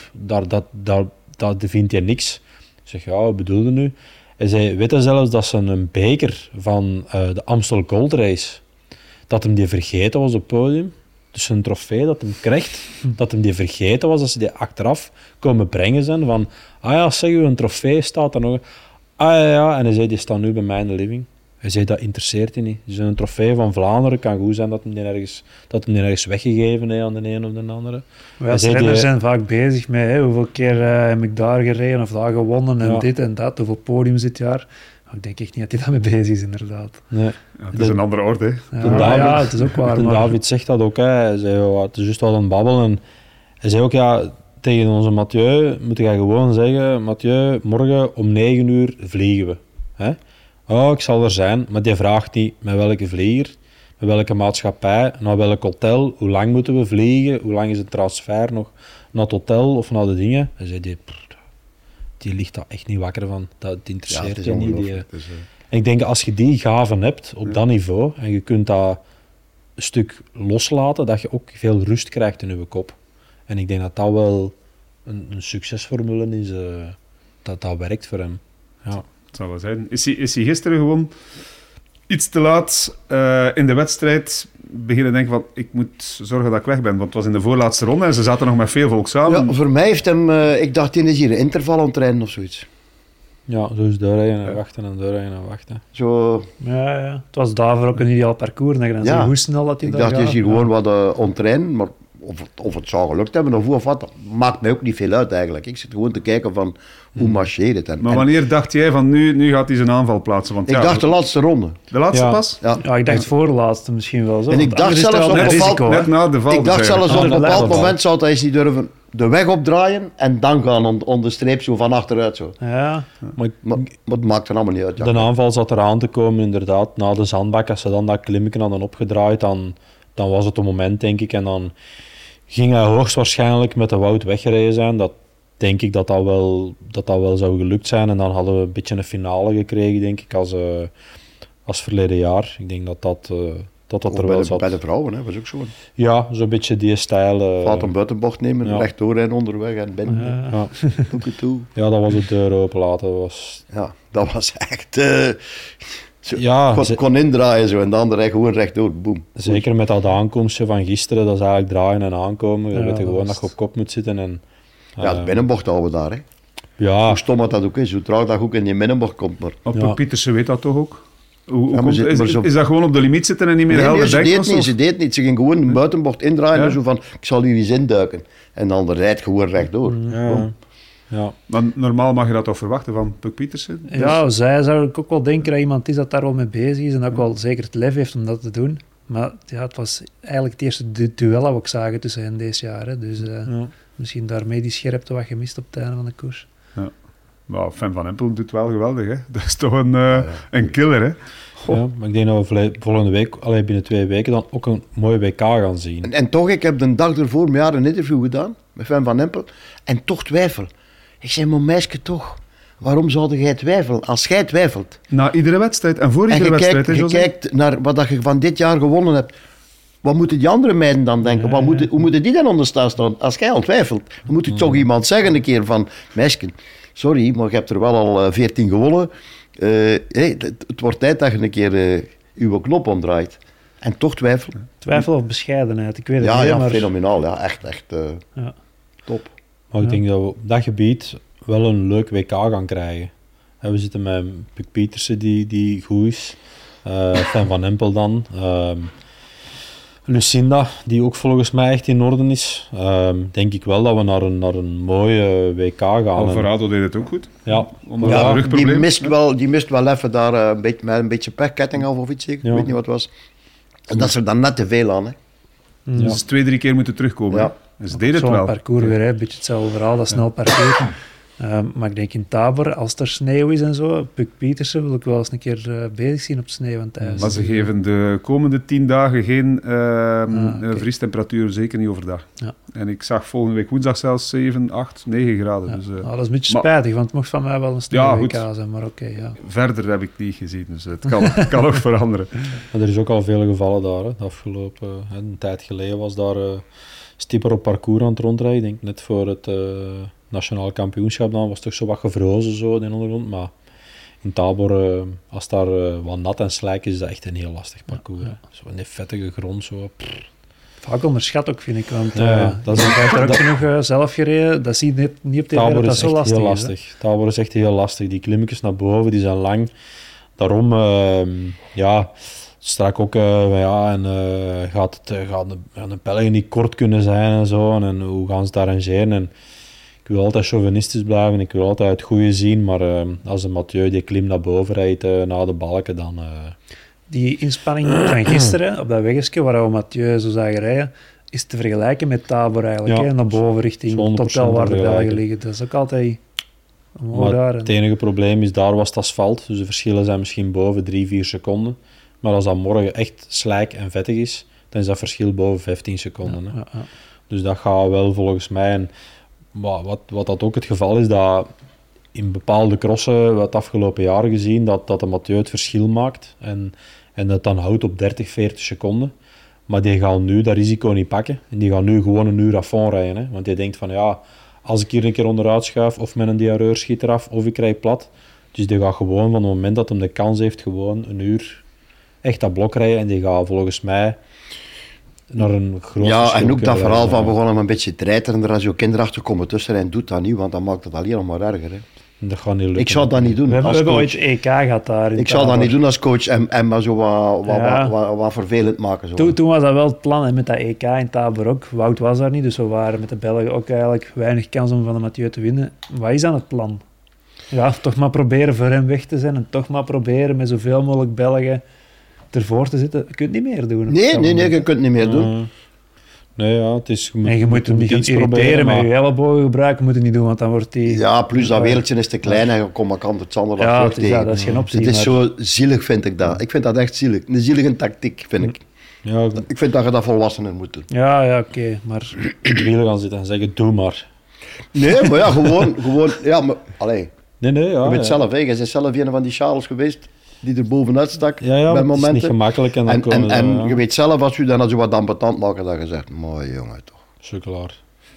dat vindt hij niks. Ik zeg, ja, wat bedoel je nu? Hij zei, weet je zelfs dat ze een beker van de Amstel Gold Race, dat hem die vergeten was op het podium. Dus een trofee dat hem krijgt, dat hem die vergeten was, dat ze die achteraf komen brengen zijn. Van, ah ja, zeg u, een trofee staat er nog. Ah ja, en hij zei, die staat nu bij mij in de living. Hij zei, dat interesseert hij niet. Dus een trofee van Vlaanderen kan goed zijn dat hem die ergens weggegeven heeft aan de een of de andere. Wij als Hij zei, renners die- zijn vaak bezig met hoeveel keer heb ik daar gereden of daar gewonnen en Ja. dit en dat, hoeveel podiums dit jaar. Maar ik denk echt niet dat hij daarmee bezig is, inderdaad. Nee. Ja, het is een andere orde. Hè. Ja, De David- ja, het is ook waar. En Maar David zegt dat ook. Hè. Hij zei, ja, het is juist wel een babbel. En hij zei ook, ja, tegen onze Mathieu moet je gewoon zeggen, Mathieu, morgen om 9 uur vliegen we. Hè? Oh, ik zal er zijn. Maar die vraagt niet met welke vlieger, met welke maatschappij, naar welk hotel, hoe lang moeten we vliegen, hoe lang is het transfer nog naar het hotel of naar de dingen. Hij zei, die ligt daar echt niet wakker van. Dat Ja, interesseert het is je niet. ongelooflijk. Het is, En ik denk, als je die gaven hebt op dat niveau en je kunt dat een stuk loslaten, dat je ook veel rust krijgt in je kop. En ik denk dat dat wel een succesformule is, dat werkt voor hem. Ja. Het zou wel zijn. Is hij gisteren gewoon iets te laat in de wedstrijd beginnen denken van ik moet zorgen dat ik weg ben? Want het was in de voorlaatste ronde en ze zaten nog met veel volk samen. Ja, voor mij heeft hem, ik dacht, hij is hier een interval aan het trainen of zoiets. Ja, dus doorrijden en wachten en doorrijden en wachten. Zo, ja. Het was daarvoor ook een ideaal parcours. En dan Ja. zie je hoe snel dat hij ik daar dacht, hij gaat. is hier gewoon wat aan het trainen, maar of het zou gelukt hebben of hoe of wat, maakt mij ook niet veel uit eigenlijk. Ik zit gewoon te kijken van hoe marcheert het. Maar En wanneer dacht jij van nu gaat hij zijn aanval plaatsen? Want ik ja, dacht de laatste ronde. de laatste Ja. pas? Ja. Ja, ik dacht voorlaatste misschien wel zo. En ik Want dacht anders is het zelfs wel op een een risico, Net hè. na de val. Ik dacht dus zelfs eigenlijk. op een de bepaald level. moment zou hij eens niet durven de weg opdraaien en dan gaan on de streep zo van achteruit. Zo. Ja, Maar Maar het maakt er allemaal niet uit. Ja. de aanval zat eraan te komen, inderdaad. Na de zandbak, als ze dan dat klimmetje hadden opgedraaid, dan was het een moment, denk ik. En dan ging hij hoogstwaarschijnlijk met de Wout weggereden zijn. Dat denk ik dat wel zou gelukt zijn. En dan hadden we een beetje een finale gekregen, denk ik, als verleden jaar. Ik denk dat Of er bij, wel de, zat. bij de vrouwen, hè, was ook zo. Ja, zo'n beetje die stijl. Vaat een buitenbocht nemen, ja. rechtdoor en onderweg en binnen. Ja. Hoeken toe. Ja, dat was de deur open laten. Dat was... Ja, dat was echt... zo, Ja, kon indraaien zo en de andere gewoon rechtdoor, boem. zeker met dat aankomstje van gisteren, dat is eigenlijk draaien en aankomen. Je Ja, weet dat gewoon was dat je op kop moet zitten. En, Ja, de binnenbocht houden we daar. Hè. ja, Hoe stom dat ook is, hoe traag dat ook in die binnenbocht komt. Maar... Maar Ja. Pietersen weet dat toch ook? Hoe maar komt, ze- maar zo- is dat gewoon op de limiet zitten en niet meer Nee, helder ze denken? deed of zo? niet, ze deed niet. Ze ging gewoon een buitenbocht indraaien Ja. en zo van, ik zal hier eens induiken. En dan rijdt gewoon rechtdoor. ja, ja. Maar normaal mag je dat toch verwachten van Puk Pietersen? Dus- ja, zij zou ik ook wel denken dat iemand is dat daar wel mee bezig is en ook wel zeker het lef heeft om dat te doen. Maar ja, het was eigenlijk het eerste duel dat we ook zagen tussen hen deze jaar. Hè. Dus Ja. misschien daarmee die scherpte wat gemist op het einde van de koers. Maar Fan van Empel doet wel geweldig, hè? Dat is toch een killer, hè? Ja, maar ik denk dat we volgende week, binnen 2 weken, dan ook een mooie WK gaan zien. En toch, ik heb de dag ervoor met haar een interview gedaan, met Fan van Empel, en toch twijfel. Ik zei, maar meisje toch, waarom zou jij twijfelen? Als jij twijfelt, Na iedere wedstrijd en voor en iedere je wedstrijd, hè, kijkt, je José? kijkt naar wat dat je van dit jaar gewonnen hebt, wat moeten die andere meiden dan denken? Hoe moeten die dan onder staan? Als jij al twijfelt, dan moet je toch iemand zeggen een keer van, meisje, sorry, maar je hebt er wel al 14 gewonnen. Het wordt tijd dat je een keer uw knop omdraait. En toch twijfelen. Twijfel of bescheidenheid, ik weet het Ja, niet, ja, maar... fenomenaal. Ja, echt Ja. top. Maar ik denk dat we op dat gebied wel een leuk WK gaan krijgen. We zitten met Puk Pietersen, die goed is. Fan van Empel dan. Lucinda, die ook volgens mij echt in orde is. Denk ik wel dat we naar een mooie WK gaan. Alvarado deed het ook goed. Ja, Onder Ja, dat Die rugprobleem. mist wel even daar een beetje, met een beetje pechketting of iets. Ik Ja. weet niet wat het was. En dat is er dan net te veel aan. Hè. Dus 2-3 keer moeten terugkomen. Ja. hè. Dus deed het Zo'n wel. parcours weer, hè. Een beetje hetzelfde verhaal, dat snel parcours. Maar ik denk in Tabor, als er sneeuw is en zo, Puk Pietersen wil ik wel eens een keer bezig zien op sneeuw en ijs. Maar ze geven de komende 10 dagen geen Okay. vriestemperatuur, zeker niet overdag. Ja. En ik zag volgende week woensdag zelfs 7, 8, 9 graden. Ja. Dus, Dat is een beetje maar- spijtig, want het mocht van mij wel een Ja, sneeuw goed. WK zijn, maar oké, ja. verder heb ik niet gezien, dus het kan ook veranderen. Maar er is ook al veel gevallen daar. Hè. De afgelopen, een tijd geleden was daar Stipper op parcours aan het rondrijden. Ik denk net voor het nationaal kampioenschap dan was het toch zo wat gevrozen zo, de ondergrond. Maar in Tabor, als daar wat nat en slijk is, is dat echt een heel lastig parcours. Ja. Hè. Zo in die vettige grond. Zo. Vaak onderschat ook, vind ik, want Ja, dat is ik heb er ook genoeg zelf gereden. Dat zie je niet op tv, Tabor dat dat is zo echt lastig heel is. hè. lastig. Tabor is echt heel lastig. Die klimmetjes naar boven, die zijn lang. Daarom, strak ook, gaan de pellingen niet kort kunnen zijn en zo. En hoe gaan ze het arrangeren? En ik wil altijd chauvinistisch blijven, ik wil altijd het goede zien. Maar als een Mathieu die klim naar boven rijdt na de balken, dan... Die inspanning van gisteren op dat weggetje waar we Mathieu zo zagen rijden, is te vergelijken met Tabor eigenlijk. Ja, Hè? Naar boven richting 100% het hotel waar de Belgen vergelijken. liggen. Dat is ook altijd omhoog Maar daar. het enige probleem is, daar was het asfalt. Dus de verschillen zijn misschien boven 3-4 seconden. Maar als dat morgen echt slijk en vettig is, dan is dat verschil boven 15 seconden. Hè. Ja. Dus dat gaat wel volgens mij. En wat dat ook het geval is, dat in bepaalde crossen, wat afgelopen jaren gezien, dat de Mathieu het verschil maakt. En dat dan houdt op 30, 40 seconden. Maar die gaan nu dat risico niet pakken. En die gaan nu gewoon een uur à fond rijden. Hè. Want die denkt van, ja, als ik hier een keer onderuit schuif, of met een diarreur schiet eraf, of ik krijg plat. Dus die gaat gewoon van het moment dat hij de kans heeft, gewoon een uur echt dat blok rijden. En die gaat volgens mij naar een groot Ja, verschil en ook dat kunnen verhaal rijden. van begonnen met een beetje treiteren. Als je kinderen achterkomen tussen en doet dat niet, want dan maakt het alleen nog maar erger. Hè. Dat gaat niet lukken. Ik zou dat niet doen We als hebben ooit coach. EK gehad daar. in Ik zou dat Tabor. niet doen als coach en maar zo Ja. wat vervelend maken. Zo. Toen was dat wel het plan, hè, met dat EK in Tabor ook. Wout was daar niet, dus we waren met de Belgen ook eigenlijk weinig kans om van de Mathieu te winnen. Wat is dan het plan? Ja, toch maar proberen voor hem weg te zijn en toch maar proberen met zoveel mogelijk Belgen ervoor te zitten. Je kunt niet meer doen. op Nee, dat je moment. kunt het niet meer doen. Nee, ja, het is... En je moet hem niet iets irriteren proberen, met maar- je ellebogen gebruiken, moet je niet doen, want dan wordt hij... Ja, plus dat wereldje is te klein en je komt maar kant het ander Ja, terug het is tegen. dat is geen optie. Het is maar- zo zielig, vind ik dat. Ik vind dat echt zielig. Een zielige tactiek, vind ik. Ja, Ik vind dat je dat volwassener moet doen. Ja, oké, maar... in de wielen gaan zitten en zeggen, doe maar. Nee, maar ja, gewoon ja, maar, allee, Nee, ja. je weet ja. zelf, hè, je bent zelf een van die Charles geweest die er bovenuit stak Ja, ja, bij maar het is niet momenten. gemakkelijk en dan En, komen en, ze, en ja. je weet zelf, als je dan zo wat ambetant maken, dat je zegt, mooi jongen toch. Chocola.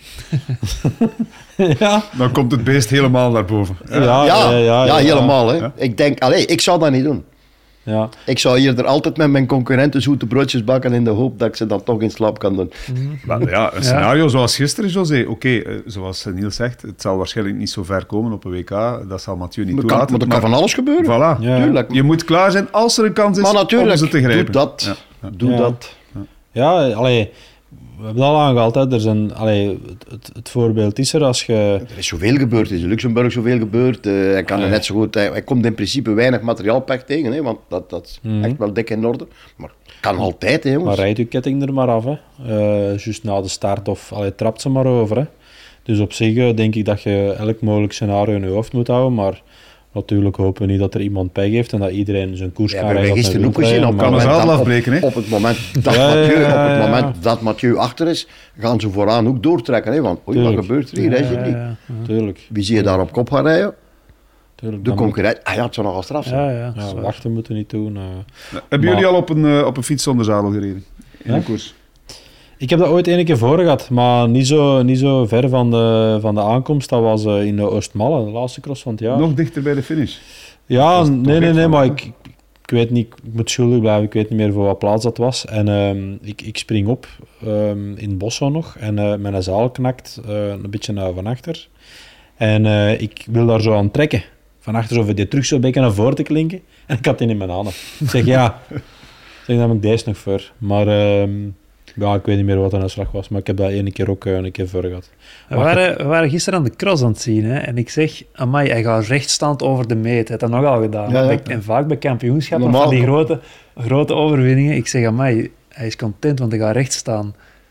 ja. Dan komt het beest helemaal naar boven. Ja, helemaal. Hè. Ik denk, ik zou dat niet doen. Ja. Ik zou hier er altijd met mijn concurrenten zoete broodjes bakken in de hoop dat ik ze dan toch in slaap kan doen. Maar ja, een scenario zoals gisteren, José. Oké, zoals Niels zegt, het zal waarschijnlijk niet zo ver komen op een WK. Dat zal Mathieu niet Maar toelaten. er kan van alles gebeuren. Voilà. Ja. Tuurlijk. Je moet klaar zijn als er een kans is Maar om natuurlijk, ze te grijpen. doe dat. Ja. Doe Ja. dat. Ja, allee, we hebben het al aangehaald. Hè. Er zijn, het voorbeeld is er als je... Er is zoveel gebeurd. Er is in Luxemburg zoveel gebeurd. Hij kan er net zo goed... Hij komt in principe weinig materiaalpech tegen, hè, want dat is echt wel dik in orde. Maar kan altijd, hè, Maar jongens. rijd je ketting er maar af. Hè. Juist na de start of trapt ze maar over. Hè. Dus op zich denk ik dat je elk mogelijk scenario in je hoofd moet houden. Maar natuurlijk hopen we niet dat er iemand pech heeft en dat iedereen zijn koers Ja, kan we hebben rijden. gisteren ook gezien. Kan een zadel afbreken, hè? Op het moment dat Ja, Mathieu, ja, ja, op het ja. moment dat Mathieu achter is, gaan ze vooraan ook doortrekken. Hè, want oei, wat Tuurlijk. gebeurt er hier? Hè, zit niet. Tuurlijk. Wie zie je daar op kop gaan rijden? Tuurlijk. De Dan concurrent. Ah ja, het zou nogal straf zijn. Ja, dat is moet- waar. wachten moeten we niet doen. Hebben Maar- jullie al op een fiets zonder zadel gereden? In Ja? een koers? Ik heb dat ooit een keer voor gehad, maar niet zo ver van de aankomst. Dat was in de Oostmalle, de laatste cross van het jaar. Nog dichter bij de finish. Ja, Dat is toch nee, echt van- maar ik weet niet, ik moet schuldig blijven, ik weet niet meer voor wat plaats dat was. En ik spring op in Bosso nog en mijn zaal knakt een beetje naar van achter. En ik wil daar zo aan trekken, van achter, zo die terug zo'n beetje naar voren te klinken. En ik had die in mijn handen. Ik zeg ja, dan heb ik deze nog voor. Maar ja, ik weet niet meer wat de uitslag was, maar ik heb dat ene keer ook een keer voor gehad. We waren gisteren aan de cross aan het zien, hè, en ik zeg, amai, hij gaat rechtstaand over de meet. Hij heeft dat nogal gedaan. Ja, ja. En vaak bij kampioenschappen, Normaal. van die grote overwinningen, ik zeg, amai, hij is content, want hij gaat recht staan.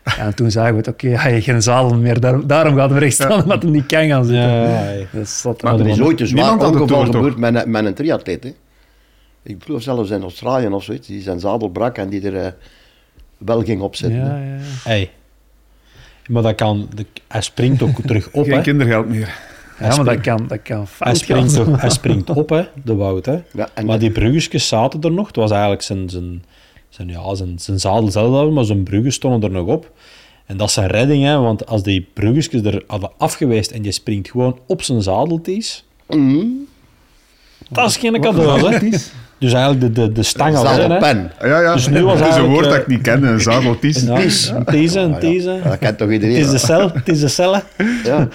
En toen zagen we het, oké, hij heeft geen zadel meer, daarom gaat hij recht staan, omdat hij niet kan gaan zitten. Maar er is ooit een zwaar niemand had het ongeval door, gebeurd met een triatleet. Hè. Ik geloof zelfs in Australië of zoiets, die zijn zadel brak en die er wel ging opzetten. Ja, hè. ja. Hey. Maar dat kan... Hij springt ook terug op, Geen hè. kindergeld meer. Ja, maar dat kan fout gaan. Hij springt op, hè, de Wout. Hè. Ja, en Maar die bruggetjes zaten er nog. Het was eigenlijk zijn zadel zelf, maar zijn bruggen stonden er nog op. En dat is zijn redding, hè, want als die bruggetjes er hadden afgeweest en je springt gewoon op zijn zadelties, dat is geen cadeau, hè. Dus eigenlijk de stangel, hè. zadelpen. Ja. Dus nu was het is een eigenlijk, woord dat ik niet ken, een zadelties. Ja, een deze. Dat kent toch Het iedereen? is de cel, het is de cellen. Ja.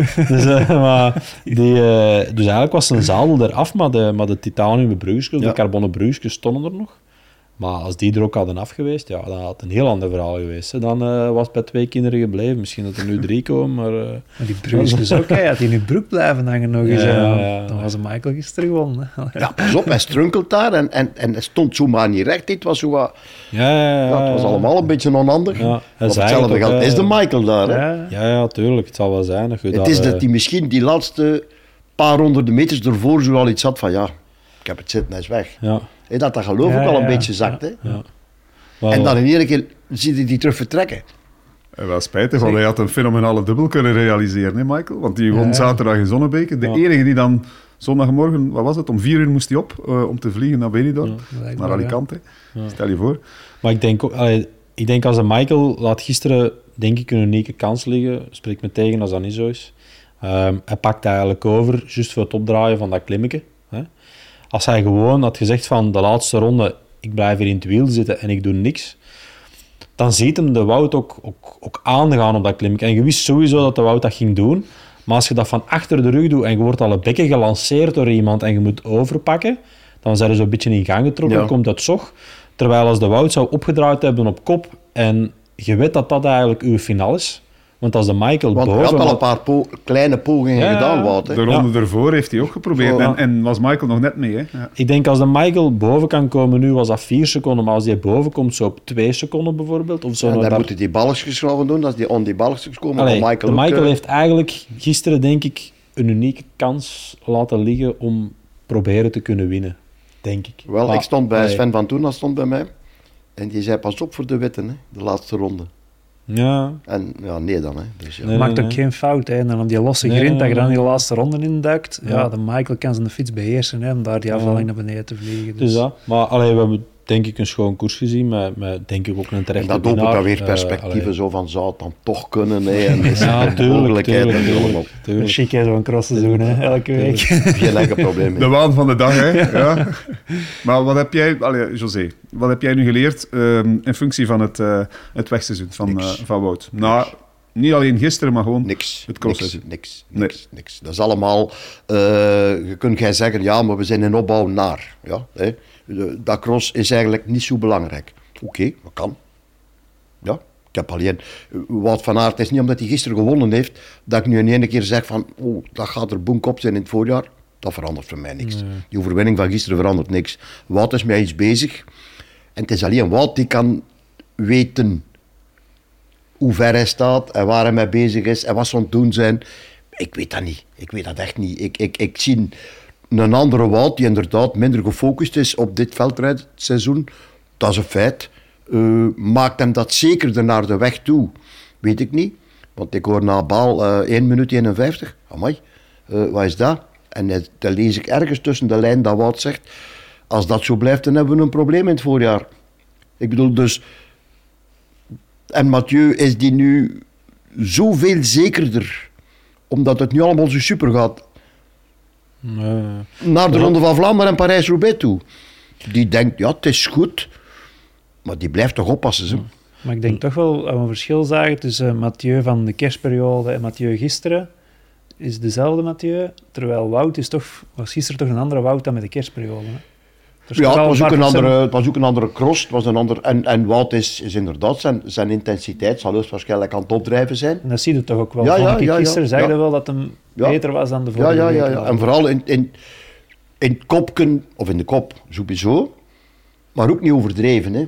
Dus eigenlijk was zijn zadel eraf, maar de titanium bruggetjes, Ja. de carbonnen bruggetjes stonden er nog. Maar als die er ook hadden afgeweest, ja, dan had het een heel ander verhaal geweest. Hè. Dan was het bij 2 kinderen gebleven. Misschien dat er nu 3 komen, maar... Maar die bruggetjes ook, hè. Had hij in uw broek blijven hangen nog eens. Ja. Dan was Michael gisteren gewonnen. Hè. Ja, pas op, hij strunkelt daar en hij stond zomaar niet recht. Het was, zo wat, Ja. het was allemaal een beetje onhandig. Ja, hij Op zei hetzelfde het ook, geld is de Michael daar. Hè. Ja. Tuurlijk. Het zal wel zijn. Dat je Het daar, is dat hij misschien die laatste paar honderden meters ervoor zo al iets had van ja, ik heb het zitten, hij is weg. Ja. Hè, dat geloof ik al een beetje zakt. Hè. Ja. Maar, En dan in één keer zie je die terug vertrekken. Wel spijtig, want hij had een fenomenale dubbel kunnen realiseren, hè, Michael? Want die won Ja. zaterdag in Zonnebeke. De Ja. enige die dan zondagmorgen, wat was het, om 4 uur moest hij op om te vliegen naar Benidorm, Blijkbaar, naar Alicante. Ja. Stel je voor. Maar ik denk ook... Ik denk als een Michael laat gisteren, denk ik, een unieke kans liggen. Spreek me tegen als dat niet zo is. Hij pakt eigenlijk over, juist voor het opdraaien van dat klimmetje. Hè. Als hij gewoon had gezegd van de laatste ronde, ik blijf hier in het wiel zitten en ik doe niks, dan ziet hem de Wout ook aangaan op dat klimmetje. En je wist sowieso dat de Wout dat ging doen. Maar als je dat van achter de rug doet en je wordt al een bekken gelanceerd door iemand en je moet overpakken, dan zijn ze zo een beetje in gang getrokken, Ja. komt dat zog. Terwijl als de Wout zou opgedraaid hebben op kop en je weet dat dat eigenlijk uw finale is. Want als de Michael Want hij boven... had al een paar kleine pogingen Ja, gedaan, Wout. Hè. De ronde ervoor heeft hij ook geprobeerd Zo, ja. en was Michael nog net mee. Hè? Ja. Ik denk als de Michael boven kan komen, nu was dat 4 seconden, maar als die boven komt, zo op 2 seconden bijvoorbeeld. Of zo En nog daar daar- moeten die balletjes nog doen, als die on die balletjes komen. Allee, van Michael de ook, Michael heeft eigenlijk gisteren, denk ik, een unieke kans laten liggen om proberen te kunnen winnen. Denk ik. Wel, Maar, ik stond bij allee, Sven van Toen, dat stond bij mij. En die zei, pas op voor de witten, hè, de laatste ronde. Ja, En ja, nee dan. Hè. Dus, ja. Nee. Maakt ook geen fout. Hè. En dan op die losse Nee, grind, nee, dat je dan nee. die laatste ronde induikt, Ja. ja, de Michael kan zijn fiets beheersen, hè, om daar die afvalling naar beneden te vliegen. dus dat. Maar allee, we hebben denk ik een schoon koers gezien, met denk ik ook een En terechte dat opent winnaar. dan weer perspectieven Allee. zo van, zou het dan toch kunnen? Hè? En is Ja, er tuurlijk, mogelijkheid natuurlijk op. Dat is chic, hè, zo'n crossseizoen, hè, elke week. Geen enkel probleem De mee. waan van de dag, hè? Ja. Maar wat heb jij, José, wat heb jij nu geleerd in functie van het wegseizoen van Wout? Nou, niet alleen gisteren, maar gewoon Niks. het crossseizoen. Niks. Dat is allemaal... je kunt gij zeggen, ja, maar we zijn in opbouw naar. Ja, hè. Dat cross is eigenlijk niet zo belangrijk. Oké, dat kan. Ja, ik heb alleen... Wout van Aert is niet omdat hij gisteren gewonnen heeft, dat ik nu in één keer zeg van, oh, dat gaat er boenkop zijn in het voorjaar. Dat verandert voor mij niks. Nee. Die overwinning van gisteren verandert niks. Wout is met iets bezig. En het is alleen Wout die kan weten hoe ver hij staat en waar hij mee bezig is en wat ze aan het doen zijn. Ik weet dat niet. Ik weet dat echt niet. Ik zie een andere Wout die inderdaad minder gefocust is op dit veldrijdseizoen. Dat is een feit. Maakt hem dat zekerder naar de weg toe? Weet ik niet. Want ik hoor na Baal 1 minuut 51. Amai, wat is dat? En dan lees ik ergens tussen de lijn dat Wout zegt, als dat zo blijft, dan hebben we een probleem in het voorjaar. Ik bedoel dus... En Mathieu is die nu zoveel zekerder, omdat het nu allemaal zo super gaat, naar de Ronde van Vlaanderen en Parijs-Roubaix toe. Die denkt, ja, het is goed, maar die blijft toch oppassen. Zo. Maar ik denk toch wel dat we een verschil zagen tussen Mathieu van de kerstperiode en Mathieu gisteren. Is dezelfde Mathieu, terwijl Wout was gisteren toch een andere Wout dan met de kerstperiode. Hè? Er is Ja, toch het al was, een ook paar een procent- andere, het was ook een andere cross. Het was een ander, en Wout is inderdaad, zijn intensiteit zal waarschijnlijk aan het opdrijven zijn. En dat zie je toch ook wel. Ja, Vond ik ja, gisteren ja. zei je wel dat hem Ja. beter was dan de Ja, vorige ja, ja, week. ja. En vooral in het kopken, of in de kop sowieso, maar ook niet overdreven. Hè.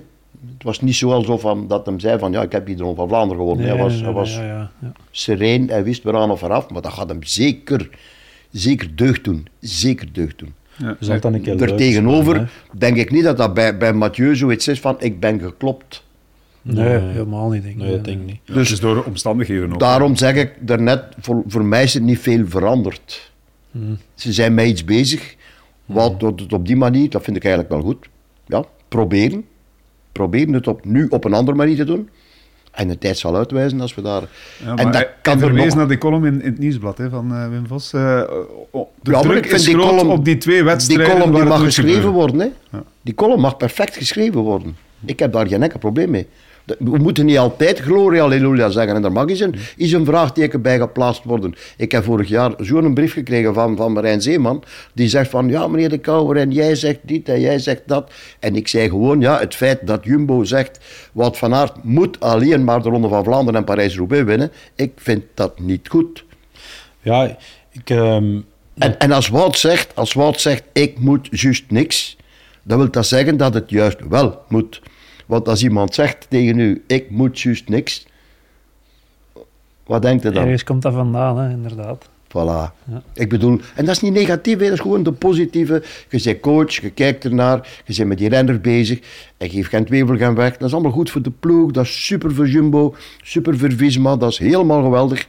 Het was niet zo alsof dat hem zei van, ja, ik heb hier de Ronde van Vlaanderen gewonnen. Hij was ja. sereen, hij wist waaraan of eraf, maar dat gaat hem zeker deugd doen. Zeker deugd doen. Ja. Dus dat dan een keer leuk Daartegenover zijn, denk ik niet dat bij Mathieu zoiets is van, ik ben geklopt. Nee, helemaal niet, denk ik. Nee, dat denk ik niet. Dus het is door omstandigheden ook. Daarom zeg ik daarnet, voor mij is het niet veel veranderd. Ze zijn met iets bezig, wat op die manier, dat vind ik eigenlijk wel goed. Ja, proberen het nu op een andere manier te doen. En de tijd zal uitwijzen als we daar... Ja, en dat hij kan er verwees nog... naar die column in het nieuwsblad van Wim Vos. De maar druk ik vind is die groot column- op die 2 Die wedstrijden column die waar het mag moet geschreven gebeuren. worden. Hè? Ja. Die column mag perfect geschreven worden. Ik heb daar geen enkel probleem mee. We moeten niet altijd Gloria Halleluja zeggen. En daar mag eens een vraagteken bij geplaatst worden. Ik heb vorig jaar zo'n brief gekregen van Marijn Zeeman. Die zegt van, ja meneer De Kouwer, en jij zegt dit en jij zegt dat. En ik zei gewoon, ja, het feit dat Jumbo zegt, Wout van Aert moet alleen maar de Ronde van Vlaanderen en Parijs-Roubaix winnen. Ik vind dat niet goed. Ja, ik... En als Wout zegt, ik moet juist niks, dan wil dat zeggen dat het juist wel moet. Want als iemand zegt tegen u, ik moet juist niks, wat denkt u dan? Ergens komt dat vandaan, hè, inderdaad. Voilà. Ja. Ik bedoel, en dat is niet negatief, hè, dat is gewoon de positieve. Je bent coach, je kijkt ernaar, je bent met die renner bezig, en geeft geen twijfel gaan weg. Dat is allemaal goed voor de ploeg, dat is super voor Jumbo, super voor Visma, dat is helemaal geweldig.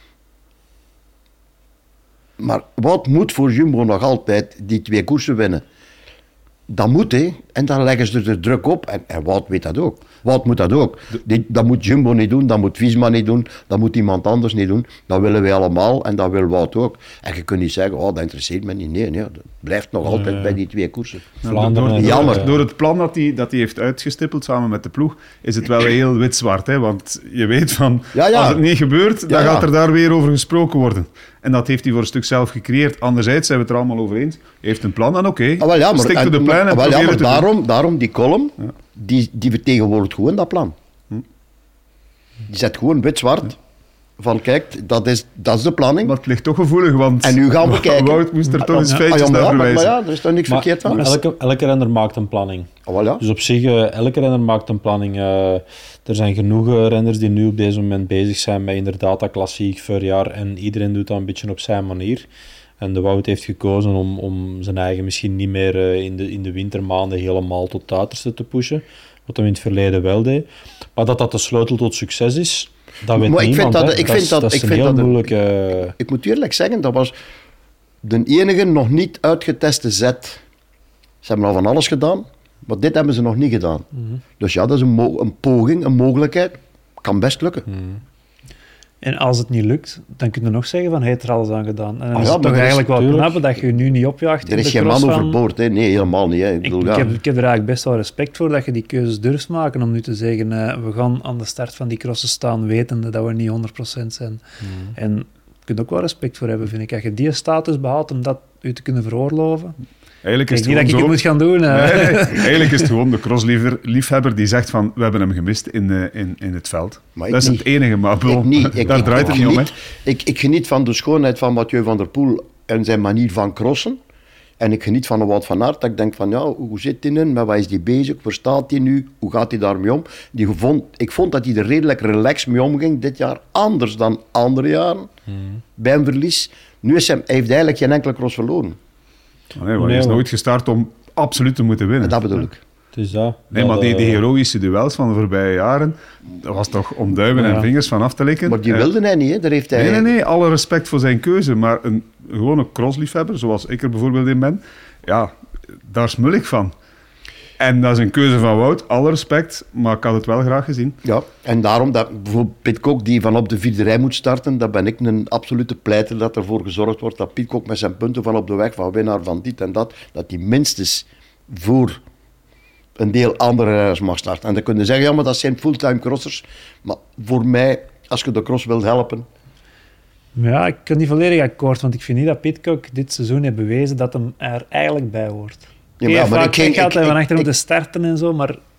Maar wat moet voor Jumbo nog altijd die 2 koersen winnen? Dat moet, hè. En dan leggen ze er de druk op. En Wout weet dat ook. Wout moet dat ook. Dat moet Jumbo niet doen, dat moet Visma niet doen, dat moet iemand anders niet doen. Dat willen wij allemaal en dat wil Wout ook. En je kunt niet zeggen, oh, dat interesseert me niet. Nee, dat blijft nog altijd bij die 2 koersen. Vlaanderen en- Jammer. Door het plan dat hij heeft uitgestippeld samen met de ploeg, is het wel heel wit-zwart. Hè? Want je weet van, Ja. als het niet gebeurt, dan Ja. gaat er daar weer over gesproken worden. En dat heeft hij voor een stuk zelf gecreëerd. Anderzijds zijn we het er allemaal over eens. Hij heeft een plan en oké. Ah, wel ja, maar, Stik to the plan en maar probeer het te doen. daarom die column, die vertegenwoordigt gewoon dat plan. Die zet gewoon wit-zwart. Van kijk, dat is de planning. Maar het ligt toch gevoelig, want En nu gaan we kijken. Wout moest er toch eens Ah, feitjes ja, maar naar ja, maar verwijzen. ja, er is toch niks verkeerd van. elke renner maakt een planning. Ah, wel ja. Dus op zich, elke renner maakt een planning. Er zijn genoeg renners die nu op deze moment bezig zijn met inderdaad dat klassiek voorjaar. En iedereen doet dat een beetje op zijn manier. En de Wout heeft gekozen om zijn eigen misschien niet meer in de wintermaanden helemaal tot het uiterste te pushen. Wat hem in het verleden wel deed. Maar dat de sleutel tot succes is, dat weet Maar ik niemand. vind dat- hè. ik vind dat- dat is ik een vind heel dat een- moeilijke... Ik moet eerlijk zeggen, dat was de enige nog niet uitgeteste zet. Ze hebben al van alles gedaan, maar dit hebben ze nog niet gedaan. Dus ja, dat is een poging, een mogelijkheid. Kan best lukken. En als het niet lukt, dan kun je nog zeggen van, hij heeft er alles aan gedaan. En dan is ja, het maar toch er is eigenlijk wel tuurlijk- knap dat je je nu niet opjaagt. Er in is de geen cross man van- overboord, hè. Nee, helemaal niet. Hè. Ik bedoel, ja. Ik heb er eigenlijk best wel respect voor dat je die keuzes durft maken om nu te zeggen, we gaan aan de start van die crossen staan wetende dat we niet 100% zijn. En je kunt ook wel respect voor hebben, vind ik. Als je die status behaalt om dat u te kunnen veroorloven. Eigenlijk Ik is denk het niet dat ik gewoon het moet gaan doen. Nee, eigenlijk is het gewoon de crossliefhebber die zegt van, we hebben hem gemist in het veld. Maar Dat is ik het enige, maar bedoel, Ik niet. daar draait het niet om. Hè. Ik geniet van de schoonheid van Mathieu van der Poel en zijn manier van crossen. En ik geniet van een Wout van Aert. Dat ik denk van, ja, hoe zit hij nu? Met wat is hij bezig? Waar staat hij nu? Hoe gaat hij daarmee om? Ik vond dat hij er redelijk relaxed mee omging dit jaar. Anders dan andere jaren. Bij een verlies. Nu is hij heeft eigenlijk geen enkele cross verloren. Maar nee, maar hij is nooit gestart om absoluut te moeten winnen. En dat bedoel ik. Het is dat. Nee, maar die heroïsche duels van de voorbije jaren, dat was toch om duimen en vingers van af te likken. Maar die wilde hij niet, hè? Daar heeft hij... Nee, alle respect voor zijn keuze, maar een gewone crossliefhebber, zoals ik er bijvoorbeeld in ben, ja, daar smul ik van. En dat is een keuze van Wout, alle respect, maar ik had het wel graag gezien. Ja, en daarom dat bijvoorbeeld Pidcock die van op de 4e rij moet starten, daar ben ik een absolute pleiter dat ervoor gezorgd wordt dat Pidcock met zijn punten van op de weg van winnaar van dit en dat hij minstens voor een deel andere rijders mag starten. En dan kun je zeggen, ja, maar dat zijn fulltime crossers. Maar voor mij, als je de cross wilt helpen... Ja, ik kan niet volledig akkoord, want ik vind niet dat Pidcock dit seizoen heeft bewezen dat hem er eigenlijk bij hoort. Ja, maar ik Ik ging- ga altijd ik- van achter ik- moeten starten en zo, maar dan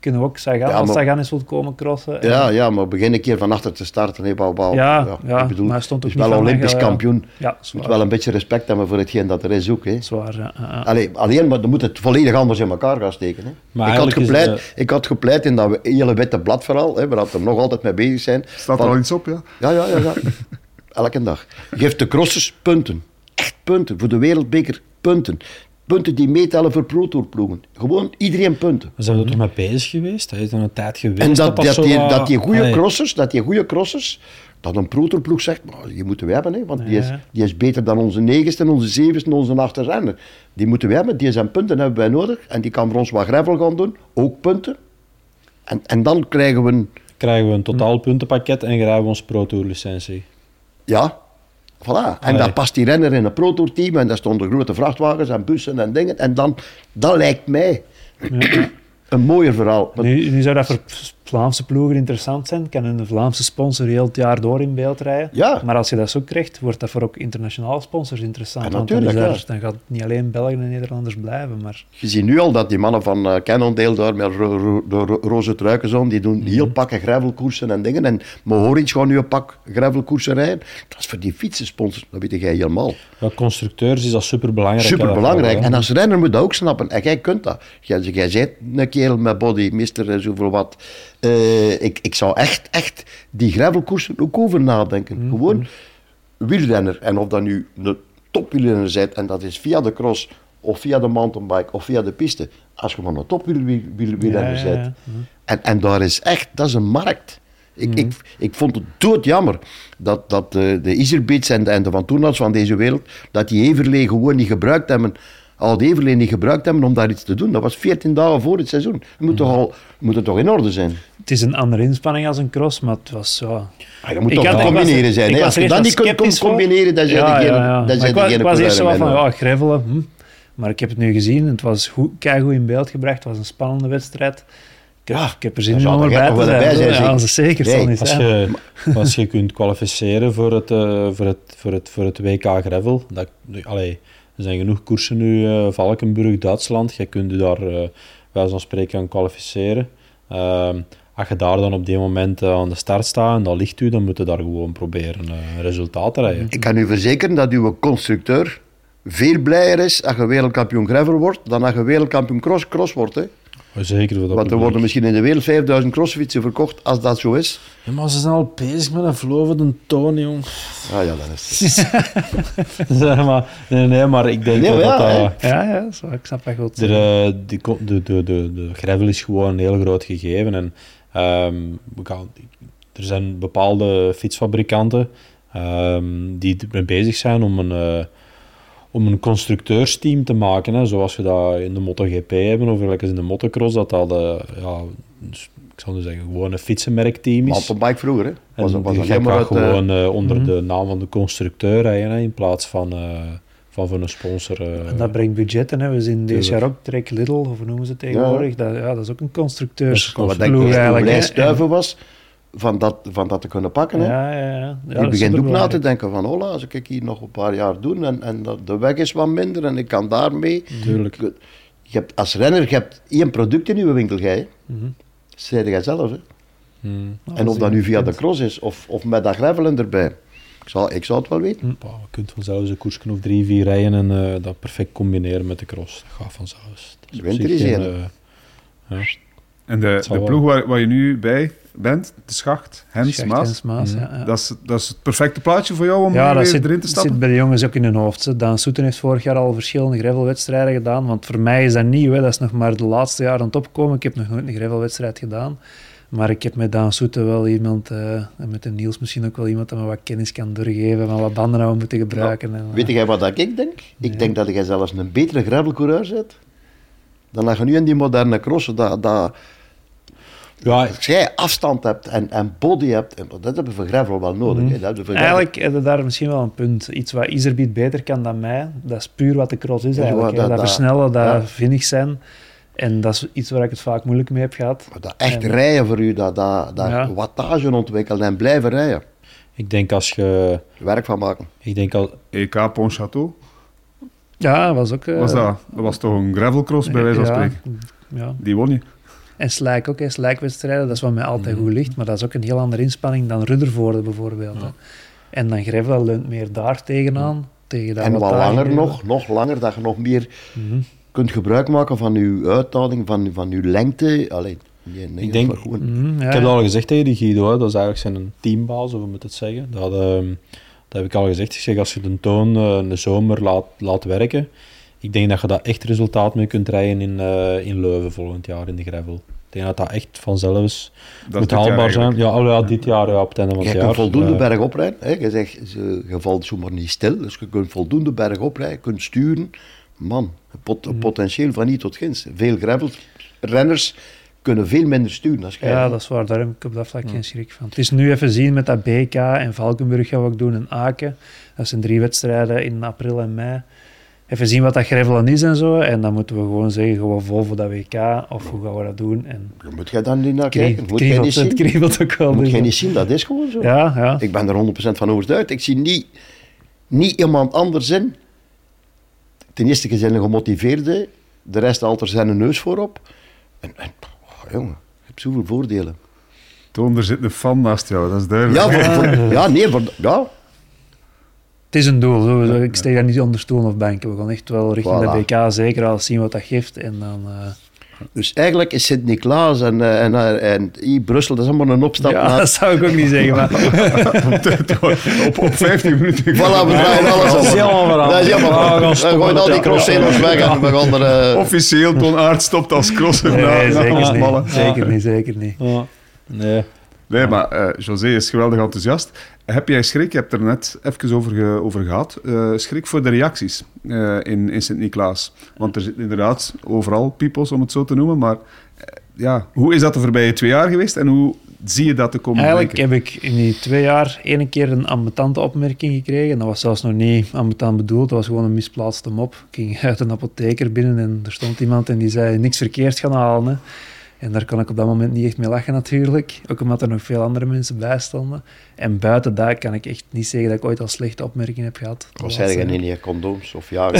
kunnen we ook Sagan, Ja, als maar- Sagan eens wil komen crossen. Ja, maar begin een keer van achter te starten. Hè. Ja, Ik bedoel, maar hij stond ook is niet wel van Olympisch weg, kampioen. Ja, Je zwaar. moet wel een beetje respect hebben voor hetgeen dat er is ook. Hè. Zwaar, ja. Alleen, maar dan moet het volledig anders in elkaar gaan steken. Hè. Maar Ik had, eigenlijk is gepleit, ik had gepleit in dat hele witte bladverhaal, hè, waar dat er nog altijd mee bezig zijn. Staat er van- al iets op, ja? Ja. Elke dag. Geeft de crossers punten. Echt punten. Voor de wereldbeker punten. Punten die meetellen voor Pro Tour ploegen. Gewoon iedereen punten. We zijn er toch mee bezig geweest? Hij is dan een tijd geweest. En dat zo wat- die goede Allee, crossers, dat een Pro Tour ploeg zegt, maar die moeten we hebben, hè, want Ja. die is beter dan onze negende, onze zevende, onze achtste renner. Die moeten we hebben, die zijn punten hebben wij nodig. En die kan voor ons wat gravel gaan doen, ook punten. En dan krijgen we krijgen we een totaal puntenpakket en krijgen we ons Pro Tour licentie. ja, voilà. En Allee. dan past die renner in een Pro Tour team en daar stonden grote vrachtwagens en bussen en dingen. En dan, dat lijkt mij een mooier verhaal. Want- Nu zou dat voor Vlaamse ploegen interessant zijn. Kan een Vlaamse sponsor heel het jaar door in beeld rijden. Ja. Maar als je dat zo krijgt, wordt dat voor ook internationale sponsors interessant. Ja, want dan, natuurlijk, dan gaat het niet alleen Belgen en Nederlanders blijven. Maar Je ziet nu al dat die mannen van Cannondale daar met de roze truikens aan, die doen heel pakken gravelkoersen en dingen. En Mohoric gaat nu een pak gravelkoersen rijden. Dat is voor die fietsensponsors, dat weet jij helemaal. Ja, constructeurs is dat superbelangrijk. Superbelangrijk. hè, En als renner moet dat ook snappen. En jij kunt dat. Jij bent een kerel met body, mister zoveel wat. Ik zou echt die gravelkoersen ook over nadenken. Gewoon wielrenner. En of dat nu een topwielrenner bent, en dat is via de cross, of via de mountainbike, of via de piste. Als je maar een topwielrenner bent. En daar is echt, dat is een markt. Ik vond het doodjammer dat de Iserbeets en de Van Toornats van deze wereld, dat die Everlee gewoon niet gebruikt hebben, Oud Everlee niet gebruikt hebben om daar iets te doen. Dat was 14 dagen voor het seizoen. Moet het toch in orde zijn? het is een andere inspanning als een cross, maar het was zo... Ah, dat moet Ik toch had- te ik was- combineren zijn. ik hè? was Als je er dat eerst niet kunt sceptisch voor. combineren, dan zijn er Maar geen ik was eerst zo van, coureur gravelen, maar ik heb het nu gezien. Het was keigoed in beeld gebracht. Het was een spannende wedstrijd. Ik heb er zin daar in om zou erbij toch te wel zijn. bij zijn, Ja, zeker? dat is zeker. Nee, zal niet zijn. Als je kunt kwalificeren voor het WK Gravel, er zijn genoeg koersen nu, Valkenburg, Duitsland, je kunt je daar bij wijze van spreken aan kwalificeren. Als je daar dan op die moment aan de start staat en dat ligt u, dan moet je daar gewoon proberen resultaat te rijden. Ik kan u verzekeren dat uw constructeur veel blijer is als je wereldkampioen gravel wordt dan als je wereldkampioen cross wordt. Hè. Zeker voor dat Want er publiek. worden misschien in de wereld 5000 crossfietsen verkocht als dat zo is. Ja, maar ze zijn al bezig met een vlovende toon, jong. Ah ja, dat is Zeg maar, nee, maar ik denk Nee, dat maar ja, dat... Ja, zo, ik snap dat goed. De gravel is gewoon een heel groot gegeven. En, er zijn bepaalde fietsfabrikanten die ermee bezig zijn om een constructeursteam te maken. Hè, zoals we dat in de MotoGP hebben, of gelijk als in de motocross, dus, ik zou nu zeggen, gewoon een fietsenmerkteam is. mountainbike vroeger. Hè. En Was je dat gaat helemaal uit, gewoon onder de naam van de constructeur rijden, hè, in plaats van voor een sponsor. En dat brengt budgetten. Hè. We zien deze tuurlijk. jaar ook Trek Lidl, of hoe noemen ze het tegenwoordig. Dat is ook een constructeursploeg Wat denk je, hoe eigenlijk. blij hè. Stuiven was van dat te kunnen pakken. Hè. Ja, Je dat is begint ook na te superbelangrijk. denken van, hola, als ik hier nog een paar jaar doe en de weg is wat minder en ik kan daarmee. Tuurlijk. Je hebt, als renner, je hebt één product in je winkel, jij. Mhm. Dat zei jij zelf. Hè. Hmm. En of dat nu via de cross is of met dat gravelen erbij. Ik zou het wel weten. Je kunt vanzelf een koersje of 3, 4 rijden en dat perfect combineren met de cross. Dat gaat vanzelf. Dat op Winter zich is geen, één. En de zal wel. ploeg waar je nu bij bent, de Schacht, Hens, Schacht, Maas, Hens, Maas, ja. dat is het perfecte plaatje voor jou om Ja, dat weer zit, erin te stappen? zit bij de jongens ook in hun hoofd. Hè. Daan Soeten heeft vorig jaar al verschillende gravelwedstrijden gedaan. Want voor mij is dat nieuw. Hè. Dat is nog maar de laatste jaar aan het opkomen. Ik heb nog nooit een gravelwedstrijd gedaan. Maar ik heb met Daan Soeten wel iemand, en met de Niels misschien ook wel iemand dat me wat kennis kan doorgeven van wat banden we moeten gebruiken. En, Weet jij wat dat ik denk? Ik denk dat jij zelfs een betere gravelcoureur bent dan dat je nu in die moderne crossen Ja, als jij afstand hebt en body hebt, en dat hebben we voor gravel wel nodig. Hè. Dat hebben we voor gravel. Eigenlijk heb je daar misschien wel een punt. Iets wat Iserbiet beter kan dan mij. Dat is puur wat de cross is eigenlijk. dat- Dat dat- versnellen, dat ja. vinnig zijn. En dat is iets waar ik het vaak moeilijk mee heb gehad. Maar dat echt En- rijden voor u, dat Ja. wattage ontwikkelen en blijven rijden. ik denk als je... Werk van maken. Ik denk al... EK Pontchâteau, Ja, was ook... was dat? Dat was toch een gravelcross bij wijze van ja, spreken? ja. Die won je. En slijk ook, slijkwedstrijden, dat is wat mij altijd goed ligt, maar dat is ook een heel andere inspanning dan Ruddervoorde bijvoorbeeld. Hè. En dan Gravel leunt meer daar tegenaan. Tegen dat En wat daar langer gebeurt. nog langer, dat je nog meer kunt gebruik maken van je uithouding, van je lengte. Allee, nee, Ik denk- maar gewoon... Ja, Ik heb dat al gezegd tegen die Guido, hè. Dat is eigenlijk zijn teambaas, of hoe moet het zeggen. Dat heb ik al gezegd. Ik zeg, als je de toon de zomer laat werken, ik denk dat je daar echt resultaat mee kunt rijden in Leuven volgend jaar in de gravel. Ik denk dat dat echt vanzelf is. Dat Moet dit jaar haalbaar zijn. eigenlijk. Ja, dit jaar op het einde van Je het kunt jaar. voldoende berg oprijden. Hè. Je zegt, je valt zomaar niet stil, dus je kunt voldoende berg oprijden, kunt sturen. Man, potentieel van niet tot ginds. Veel gravelrenners kunnen veel minder sturen als jij. Ja, dat is waar. Daar heb ik op dat vlak geen schrik van. Het is nu even zien met dat BK en Valkenburg gaan we ook doen en Aken. Dat zijn 3 wedstrijden in april en mei. Even zien wat dat gravelen is en zo. En dan moeten we gewoon zeggen, gewoon vol voor dat WK. Of hoe gaan we dat doen? En Moet jij dan niet naar kijken? Moet jij niet het zien? kriebelt ook wel. Moet dus jij dat- niet zien, dat is gewoon zo. Ja, ja. Ik ben er 100% van overtuigd. Ik zie niet iemand anders in. Ten eerste, je bent een gemotiveerde. De rest haalt er zijn neus voorop. En jongen, je hebt zoveel voordelen. Toon, er zit een fan naast jou, dat is duidelijk. Ja. Het is een doel. Sowieso. Ik steek daar niet onder stoel of banken. We gaan echt wel richting Voilà. de BK zeker al zien wat dat geeft. En dan... Dus eigenlijk is Sint-Niklaas en Brussel, dat is allemaal een opstap ja, naar... dat zou ik ook niet zeggen. Maar op 15 minuten. Voilà, we draaien alles Dat is om. helemaal veranderd. Dat is helemaal Ah, we gaan veranderd. We stoppen gooien met al die het- crosszelers weg en we gaan er... Officieel, Toon Aert stopt als crosser nee, na zeker ons ballen. niet. Zeker niet, zeker niet. Ja. Nee. Nee, maar José is geweldig enthousiast. Heb jij schrik? Je hebt er net even over gehad. Schrik voor de reacties in Sint-Niklaas. Want er zitten inderdaad overal peoples, om het zo te noemen. Maar ja, hoe is dat de voorbije 2 jaar geweest en hoe zie je dat de komende Eigenlijk weken? heb ik in die 2 jaar 1 keer een ambetante opmerking gekregen. Dat was zelfs nog niet ambetant bedoeld, dat was gewoon een misplaatste mop. Ik ging uit een apotheker binnen en er stond iemand en die zei niks verkeerd gaan halen. Hè. En daar kon ik op dat moment niet echt mee lachen natuurlijk. Ook omdat er nog veel andere mensen bij stonden. En buiten dat kan ik echt niet zeggen dat ik ooit al slechte opmerkingen heb gehad. Wat zei je niet, condooms? Of ja,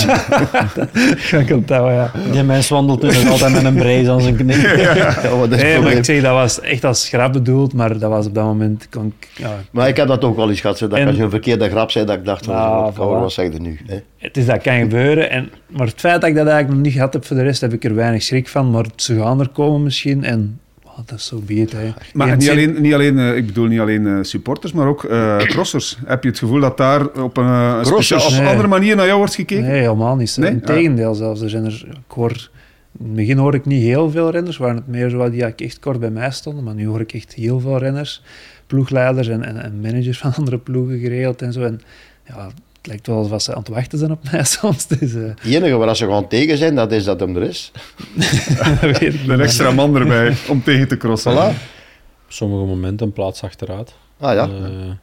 Ga ik onthouden, ja. Die mens wandelt nu nog altijd met een brace aan zijn knie. Nee, maar ik zeg, dat was echt als grap bedoeld, maar dat was op dat moment... Maar ik heb dat ook wel eens gehad, dat En- als je een verkeerde grap zei, dat ik dacht, Ah, voilà. wat zeg je nu? Hè? Het is dat kan gebeuren. Maar het feit dat ik dat eigenlijk nog niet gehad heb voor de rest, heb ik er weinig schrik van. Maar ze gaan er komen misschien. En dat is zo beet. Maar niet alleen, ik bedoel niet alleen supporters, maar ook crossers. Heb je het gevoel dat daar op een speciaal, op een Nee. andere manier naar jou wordt gekeken? Nee, helemaal niet. Nee? Integendeel zelfs. Er zijn er, in het begin hoorde ik niet heel veel renners. Waren het meer zo die eigenlijk echt kort bij mij stonden. Maar nu hoor ik echt heel veel renners. Ploegleiders en managers van andere ploegen geregeld en zo. En ja, het lijkt wel alsof ze aan het wachten zijn op mij soms. Dus, Het enige waar ze gewoon tegen zijn, dat is dat hem er is. dat weet ik niet. Een extra man erbij om tegen te crossen. Voilà. Op sommige momenten een plaats achteruit. Ah ja.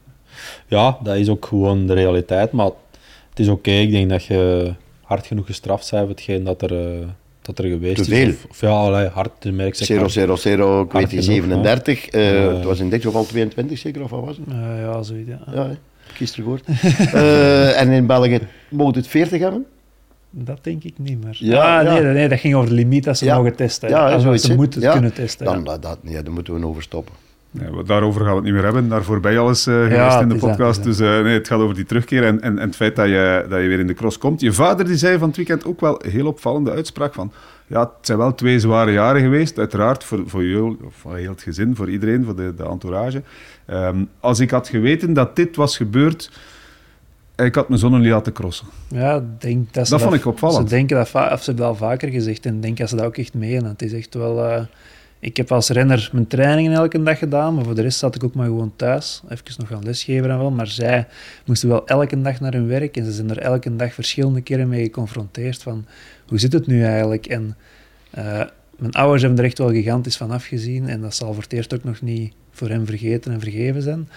Ja, dat is ook gewoon de realiteit. Maar het is oké. Ik denk dat je hard genoeg gestraft bent voor hetgeen dat er geweest Te is. veel. Of ja, allee, hard, de merk zegt 0, hard. 0, 0, ik weet Hard niet, genoeg, 37. Het was in dit geval 22 zeker, of wat was het? Ja, zoiets. Ja. Ja, hè. Gisteren gehoord. En in België moet het 40 hebben? Dat denk ik niet meer. Ja, ja. Nee, dat ging over de limiet dat ze Ja. mogen testen. Ja, Als zoiets, ze hè. moeten Ja. kunnen testen. Dan, ja. daar moeten we over stoppen. Nee, daarover gaan we het niet meer hebben. Daar voorbij alles geweest Ja, in de het is dat, podcast. het is Dus nee, het gaat over die terugkeer en het feit dat je weer in de cross komt. Je vader die zei van het weekend ook wel een heel opvallende uitspraak van ja, het zijn wel 2 zware jaren geweest, uiteraard voor jou, voor heel het gezin, voor iedereen, voor de entourage. Als ik had geweten dat dit was gebeurd, ik had mijn zoon niet laten crossen. Ja, ik denk dat ze Dat vond ik opvallend. Ze denken dat, of ze hebben dat al vaker gezegd en ik denk dat ze dat ook echt menen. Het is echt wel... ik heb als renner mijn trainingen elke dag gedaan, maar voor de rest zat ik ook maar gewoon thuis. Even nog gaan lesgeven en wel, maar zij moesten wel elke dag naar hun werk en ze zijn er elke dag verschillende keren mee geconfronteerd van hoe zit het nu eigenlijk? En mijn ouders hebben er echt wel gigantisch van afgezien en dat zal voor het eerst ook nog niet voor hen vergeten en vergeven zijn.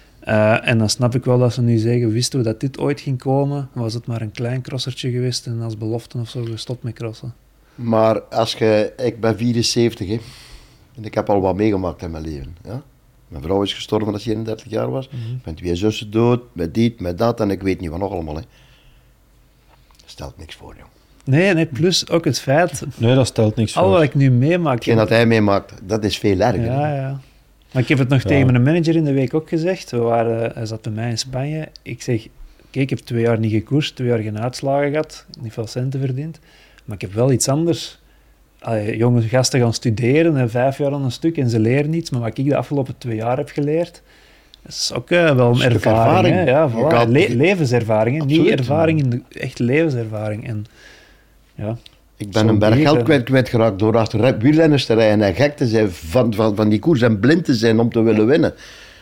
En dan snap ik wel dat ze nu zeggen, wisten we dat dit ooit ging komen, was het maar een klein crossertje geweest en als belofte of zo gestopt met crossen. Maar ik ben 74, hè. En ik heb al wat meegemaakt in mijn leven. Ja? Mijn vrouw is gestorven als ze 31 jaar was. Mijn 2 zussen dood, met dit, met dat en ik weet niet wat nog allemaal. Hè. Stelt niks voor, joh. Nee, plus ook het feit... Nee, dat stelt niks Al wat voor. ik nu meemaak... Hetgeen dat hij meemaakt, dat is veel erger. Ja, hè. ja. Maar ik heb het nog tegen mijn manager in de week ook gezegd. Hij zat bij mij in Spanje. Ik zeg, kijk, ik heb 2 jaar niet gekoerst, 2 jaar geen uitslagen gehad, niet veel centen verdiend. Maar ik heb wel iets anders. Jonge gasten gaan studeren en 5 jaar aan een stuk en ze leren iets. Maar wat ik de afgelopen 2 jaar heb geleerd, dat is ook wel een stuk ervaring. Hè? ervaring. Ja, Je voilà. kan- Levenservaring, hè? Niet Absoluut. ervaring, echt levenservaring. En, ja. Ik ben Zo'n een berg ding, geld kwijtgeraakt door achter wielrenners te rijden en gek te zijn van die koers en blind te zijn om te willen winnen.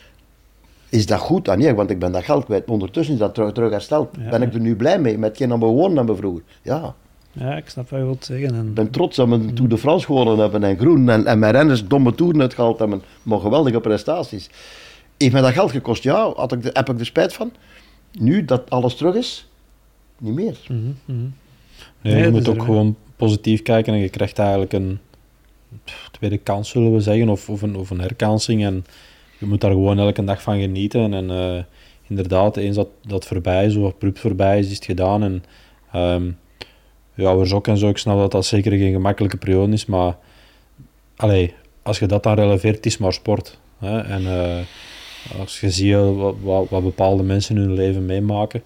Is dat goed? Ah, nee, want ik ben dat geld kwijt. Ondertussen is dat terug hersteld. Ja. Ben ik er nu blij mee, met hetgeen dat we gewonnen hebben vroeger. Ja, Ja, ik snap wat je wilt zeggen. En, ik ben trots dat we Tour de France gewonnen hebben en groen en mijn renners domme toeren uitgehaald hebben, maar geweldige prestaties. Heeft mij dat geld gekost? Ja, heb ik er spijt van? Nu dat alles terug is? Niet meer. Nee, Nee, je dat moet is ook er- gewoon positief kijken en je krijgt eigenlijk een tweede kans, zullen we zeggen, of een herkansing. En je moet daar gewoon elke dag van genieten. En inderdaad, eens dat voorbij is, of abrupt voorbij is het gedaan. En ja, we ook en zo, ik snap dat dat zeker geen gemakkelijke periode is, maar allee, als je dat dan releveert, het is maar sport. Hè? En als je ziet wat bepaalde mensen in hun leven meemaken,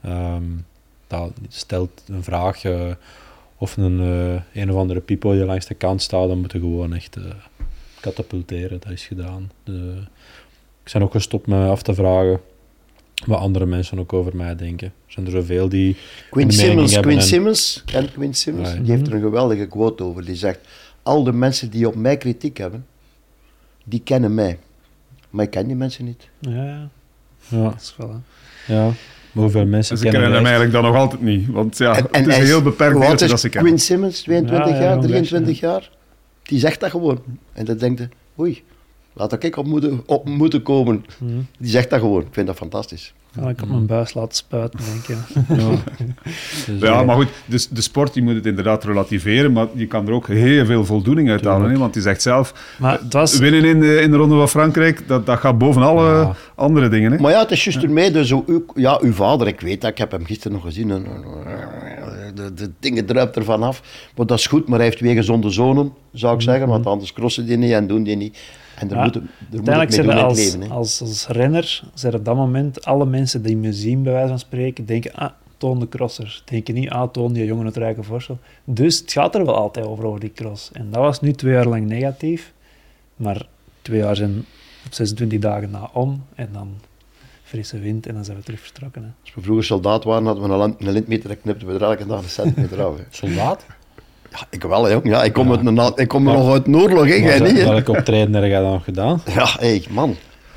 dat stelt een vraag of een of andere pipo die langs de kant staat, dan moet je gewoon echt katapulteren. Dat is gedaan. Ik ben ook gestopt met me af te vragen wat andere mensen ook over mij denken. Er zijn er zoveel die Quinn een mening Simmons, hebben Quinn en- Simmons, en Quinn Simmons, Ja. die heeft er een geweldige quote over. Die zegt, al de mensen die op mij kritiek hebben, die kennen mij. Maar ik ken die mensen niet. ja, Ja, dat is wel... hè. ja. Maar hoeveel mensen Ze kennen hem echt? eigenlijk dan nog altijd niet. Want ja, het is hij een heel beperkt hoe oud deeltje is dat ze kennen. Quinn Simmons, 22 Ja, jaar, jong 23 jaar. Die zegt dat gewoon. En dan denkt hij, oei, laat ik op moeten komen. Die zegt dat gewoon. Ik vind dat fantastisch. Kan ik op mijn buis laten spuiten, denk ik. Ja. Dus, Ja, maar goed, dus de sport die moet het inderdaad relativeren, maar je kan er ook heel veel voldoening uit halen. Hè? Tuurlijk. Want je zegt zelf, Maar het was... winnen in de Ronde van Frankrijk, dat gaat boven alle Ja. andere dingen. Hè? Maar ja, het is juist ermee. Dus uw vader, ik weet dat, ik heb hem gisteren nog gezien. De dingen druipt er vanaf. Maar dat is goed, maar hij heeft 2 gezonde zonen, zou ik zeggen. Want anders crossen die niet en doen die niet. En daar Ja, moet ik mee Uiteindelijk doen zijn in het als, leven. Hè. als renner, zijn op dat moment alle mensen die me zien, bij wijze van spreken, denken, Toon de crosser. Denken niet, Toon die jongen uit Rijkenvorsel. Dus het gaat er wel altijd over die cross. En dat was nu 2 jaar lang negatief. Maar 2 jaar zijn op 26 dagen na om. En dan frisse wind en dan zijn we terug vertrokken. Hè. Als we vroeger soldaat waren, hadden we een lintmeter en knipten we er elke dag een centimeter af. Hè. Soldaat? Ja, ik wel, hè, jong. Ja, ik kom nog uit een oorlog, hè, jij niet, hè. Welke optreden heb jij dan nog gedaan? Ja, hé, man.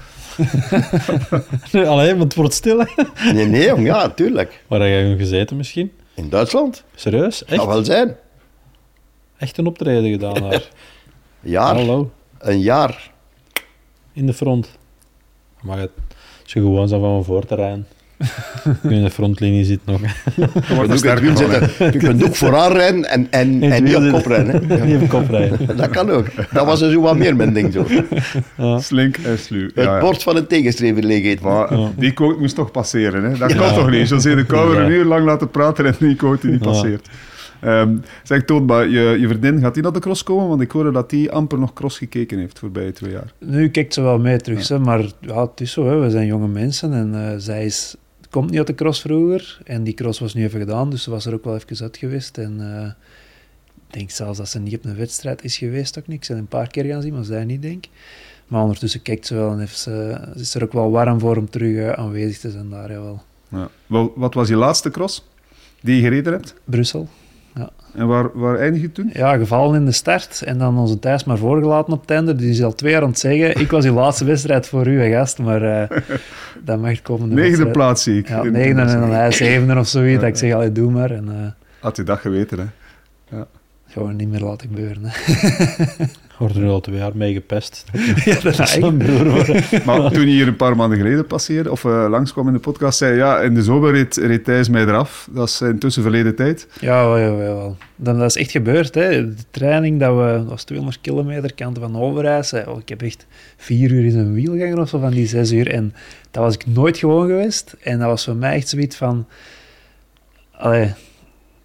Allee, want het wordt stil. Hè? Nee, jong, ja, tuurlijk. Waar heb jij nog gezeten misschien? In Duitsland? Serieus? Echt? Kan wel zijn. Echt een optreden gedaan daar? Een jaar. Hallo, Een jaar. in de front. Maar als je gewoon zo van een voorterrein in de frontlinie zit nog. Daar wordt er Je kunt ook sterker wiel van, hè. zitten. Je kunt ook vooraan rijden en niet op kop rijden. Hè. Niet op kop rijden. Dat kan ook. Dat was dus wat meer mijn ding zo. Slink en sluw. Het Ja, ja. bord van een tegenstrever leeg eten. Maar die quote moest toch passeren. Hè? Dat kan Ja. toch niet? José de Kouwer Ja. een uur lang laten praten en die quote die Ja. passeert. Zeg Toon, maar je vriendin, gaat die naar de cross komen? Want ik hoorde dat die amper nog cross gekeken heeft voorbij 2 jaar. Nu kijkt ze wel mee terug, hè, maar ja, het is zo, hè, we zijn jonge mensen en zij komt niet uit de cross vroeger en die cross was nu even gedaan, dus ze was er ook wel even uit geweest en ik denk zelfs dat ze niet op een wedstrijd is geweest ook niet. Ik ben een paar keer gaan zien, maar zij niet, denk ik. Maar ondertussen kijkt ze wel en ze is er ook wel warm voor om terug aanwezig te zijn daar, jawel. Ja. Wat was je laatste cross die je gereden hebt? Brussel. En waar eindig je toen? Ja, gevallen in de start en dan onze Thijs maar voorgelaten op het einde. Die is al 2 jaar aan het zeggen, ik was uw laatste wedstrijd voor u, gast, maar dat mag komen. 9e plaats zie ik. Ja, In- 9 en dan hij 7 of zoiets. Dat ik zeg, allee, doe maar. En Had je dat geweten, hè? gewoon niet meer laten gebeuren. Hè. Wordt er nu al 2 jaar mee gepest. Ja, dat is Zo'n broer worden. Maar toen je hier een paar maanden geleden passeerde, of langskwam in de podcast, zei je, ja, in de zomer reed Thijs mij eraf. Dat is intussen verleden tijd. Ja, wel. Dat is echt gebeurd. Hè. De training, dat was 200 kilometer, kanten van Overijs. Ik heb echt 4 uur in zijn wiel gegaan of zo van die 6 uur. En dat was ik nooit gewoon geweest. En dat was voor mij echt zoiets van... Allee,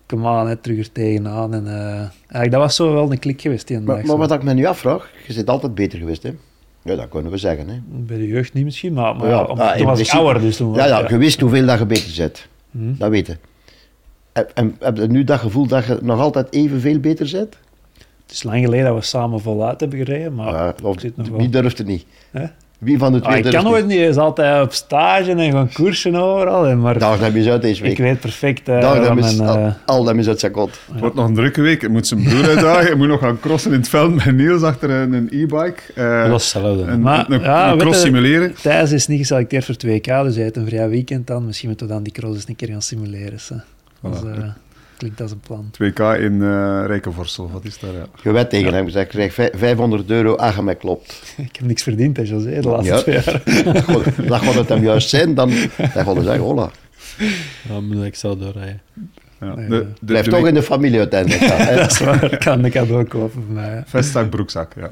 come on, hè, terug er tegenaan. En, eigenlijk, dat was zo wel een klik geweest die een dag. Maar wat ik me nu afvraag, je bent altijd beter geweest, hè? Ja, dat kunnen we zeggen, hè? Bij de jeugd niet misschien, maar Ja, ja, in toen was ik principe- ouder. Dus toen, Ja, je wist hoeveel dat je beter bent. Hm. Dat weten. En heb je nu dat gevoel dat je nog altijd evenveel beter bent? Het is lang geleden dat we samen voluit hebben gereden, maar Of ik zit nog wel. wie durft het niet? Hè? Wie van de twee Ik durft kan het nooit niet, hij is altijd op stage en gaan koersen overal. En, maar Dag, dat is uit deze week. ik weet perfect Dag, dat dat is mijn... al dat is uit zijn kont. Het wordt nog een drukke week. Hij moet zijn broer uitdagen. Hij moet nog gaan crossen in het veld met Niels achter een e-bike. Dat is hetzelfde. Maar, een ja, weet cross je, simuleren. Thijs is niet geselecteerd voor 2K, dus hij heeft een vrij weekend dan. Misschien moeten we dan die cross eens een keer gaan simuleren. Hè. Dus, klinkt als een plan. 2K in Rijkenvorsel. Wat is daar? Ja. Je weet tegen hem, ik krijg €500 als je mij klopt. Ik heb niks verdiend, hè, José, de laatste Ja. 2 jaar. Dat gaat het hem juist zijn, dan gaan we zeggen, hola. Dan moet ik zo doorrijden. Ja. Nee, Blijf de toch week- in de familie uiteindelijk. Hè? Dat is waar, ik kan een cadeau kopen voor mij. Hè. Vestzak, broekzak. Ja.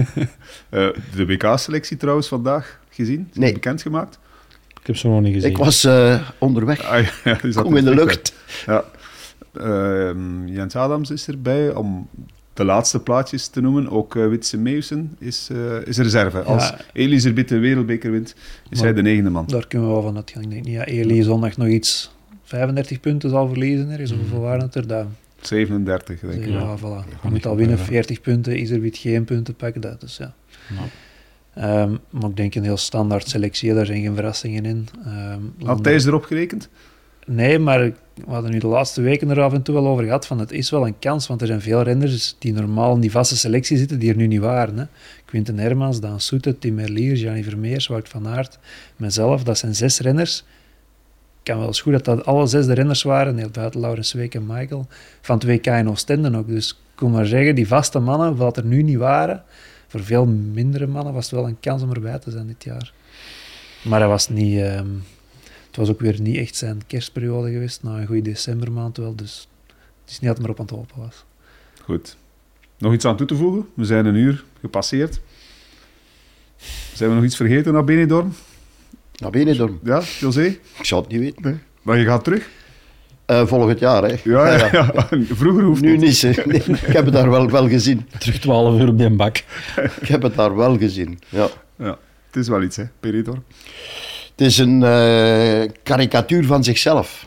De WK-selectie trouwens vandaag gezien? Is Nee. bekendgemaakt? Ik heb ze nog niet gezien. Ik was onderweg, Ah, ja, die zat kom in de het lucht. vliegtuig. Ja. Jens Adams is erbij om de laatste plaatjes te noemen. Ook Witse Meeuwsen is reserve. Als Elie Zerbit de wereldbeker wint, is Maar- hij de 9e man. Daar kunnen we wel van uitgaan. Ik denk niet dat Eli zondag nog iets 35 punten zal verliezen. Er is hoeveel waren het er? Dat, 37, denk ik. ja, voilà. Je niet moet al winnen, gebeuren. 40 punten. Iserwit geen punten pakken. Dat, dus, ja. Ja. Maar ik denk een heel standaard selectie. Daar zijn geen verrassingen in. Had Thijs erop gerekend? Nee, maar we hadden nu de laatste weken er af en toe wel over gehad. Van het is wel een kans, want er zijn veel renners die normaal in die vaste selectie zitten, die er nu niet waren. Hè. Quinten Hermans, Daan Soete, Tim Merlier, Gianni Vermeers, Wout van Aert, mezelf. Dat zijn 6 renners. Het kan wel eens goed dat dat alle 6 de renners waren, nee, buiten Laurens Week en Michael, van het WK in Oostende ook. Dus ik kon maar zeggen, die vaste mannen, wat er nu niet waren, voor veel mindere mannen was het wel een kans om erbij te zijn dit jaar. Maar hij was niet... het was ook weer niet echt zijn kerstperiode geweest, na een goede decembermaand wel, dus het is niet dat hij maar op aan het hopen was. Goed. Nog iets aan toe te voegen? We zijn een uur gepasseerd. Zijn we nog iets vergeten naar Benidorm? Nou, Benidorm. Ja, José? Ik zou het niet weten. Nee. Maar je gaat terug? Volgend jaar, hè. Ja. Vroeger hoeft Nu het. niet, hè. Nee, ik heb het daar wel gezien. Terug 12 uur op die bak. Ik heb het daar wel gezien, ja. Ja, het is wel iets, hè, Benidorm. Het is een karikatuur van zichzelf.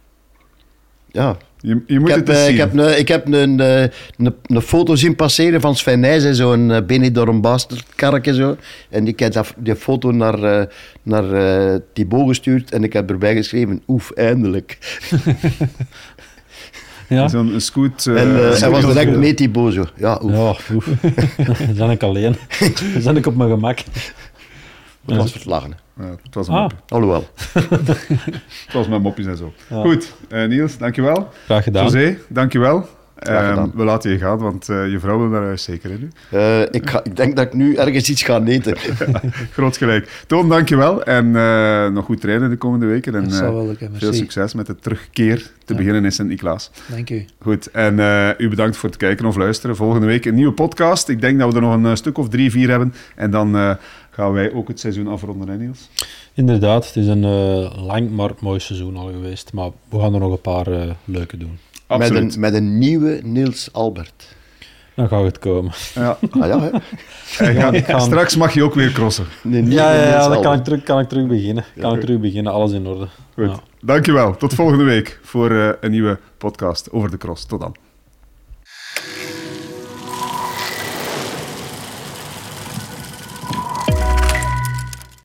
Ja. Je moet het eens zien. Ik heb een foto zien passeren van Sven Nijs, zo'n Benidorm bastardkarretje zo. En ik heb die foto naar Thibaut gestuurd en ik heb erbij geschreven, oef, eindelijk. Ja, Zo'n scoot... En hij was direct mee Thibaut zo. Ja, oef. ja oef. Dan ben ik alleen. Dan ben ik op mijn gemak. Dat was verslagen. Ja, het was een Ah. mopje. Alhoewel. Het was met mopjes en zo. Ja. Goed, Niels, dankjewel. Graag gedaan. José, dankjewel. Graag gedaan. We laten je gaan, want je vrouw wil naar huis zeker, hè, nu? Ik denk dat ik nu ergens iets ga eten. Groot gelijk. Toon, dankjewel. En nog goed trainen de komende weken. En Dat zou wel lukken, veel merci. succes met de terugkeer te beginnen in Sint-Niklaas. Dank u. Goed, en u bedankt voor het kijken of luisteren. Volgende week een nieuwe podcast. Ik denk dat we er nog een stuk of 3, 4 hebben. En dan gaan wij ook het seizoen afronden, hè, Niels? Inderdaad, het is een lang maar mooi seizoen al geweest. Maar we gaan er nog een paar leuke doen. Absoluut. Met een nieuwe Niels Albert. Dan gaat het komen. Ja. Ah ja, hè? Ik ga- Straks mag je ook weer crossen. Een nieuwe Ja, Niels dan Albert. kan ik terug beginnen. Kan Ja. ik terug beginnen, alles in orde. Goed. Ja. Dankjewel. Tot volgende week voor een nieuwe podcast over de cross. Tot dan.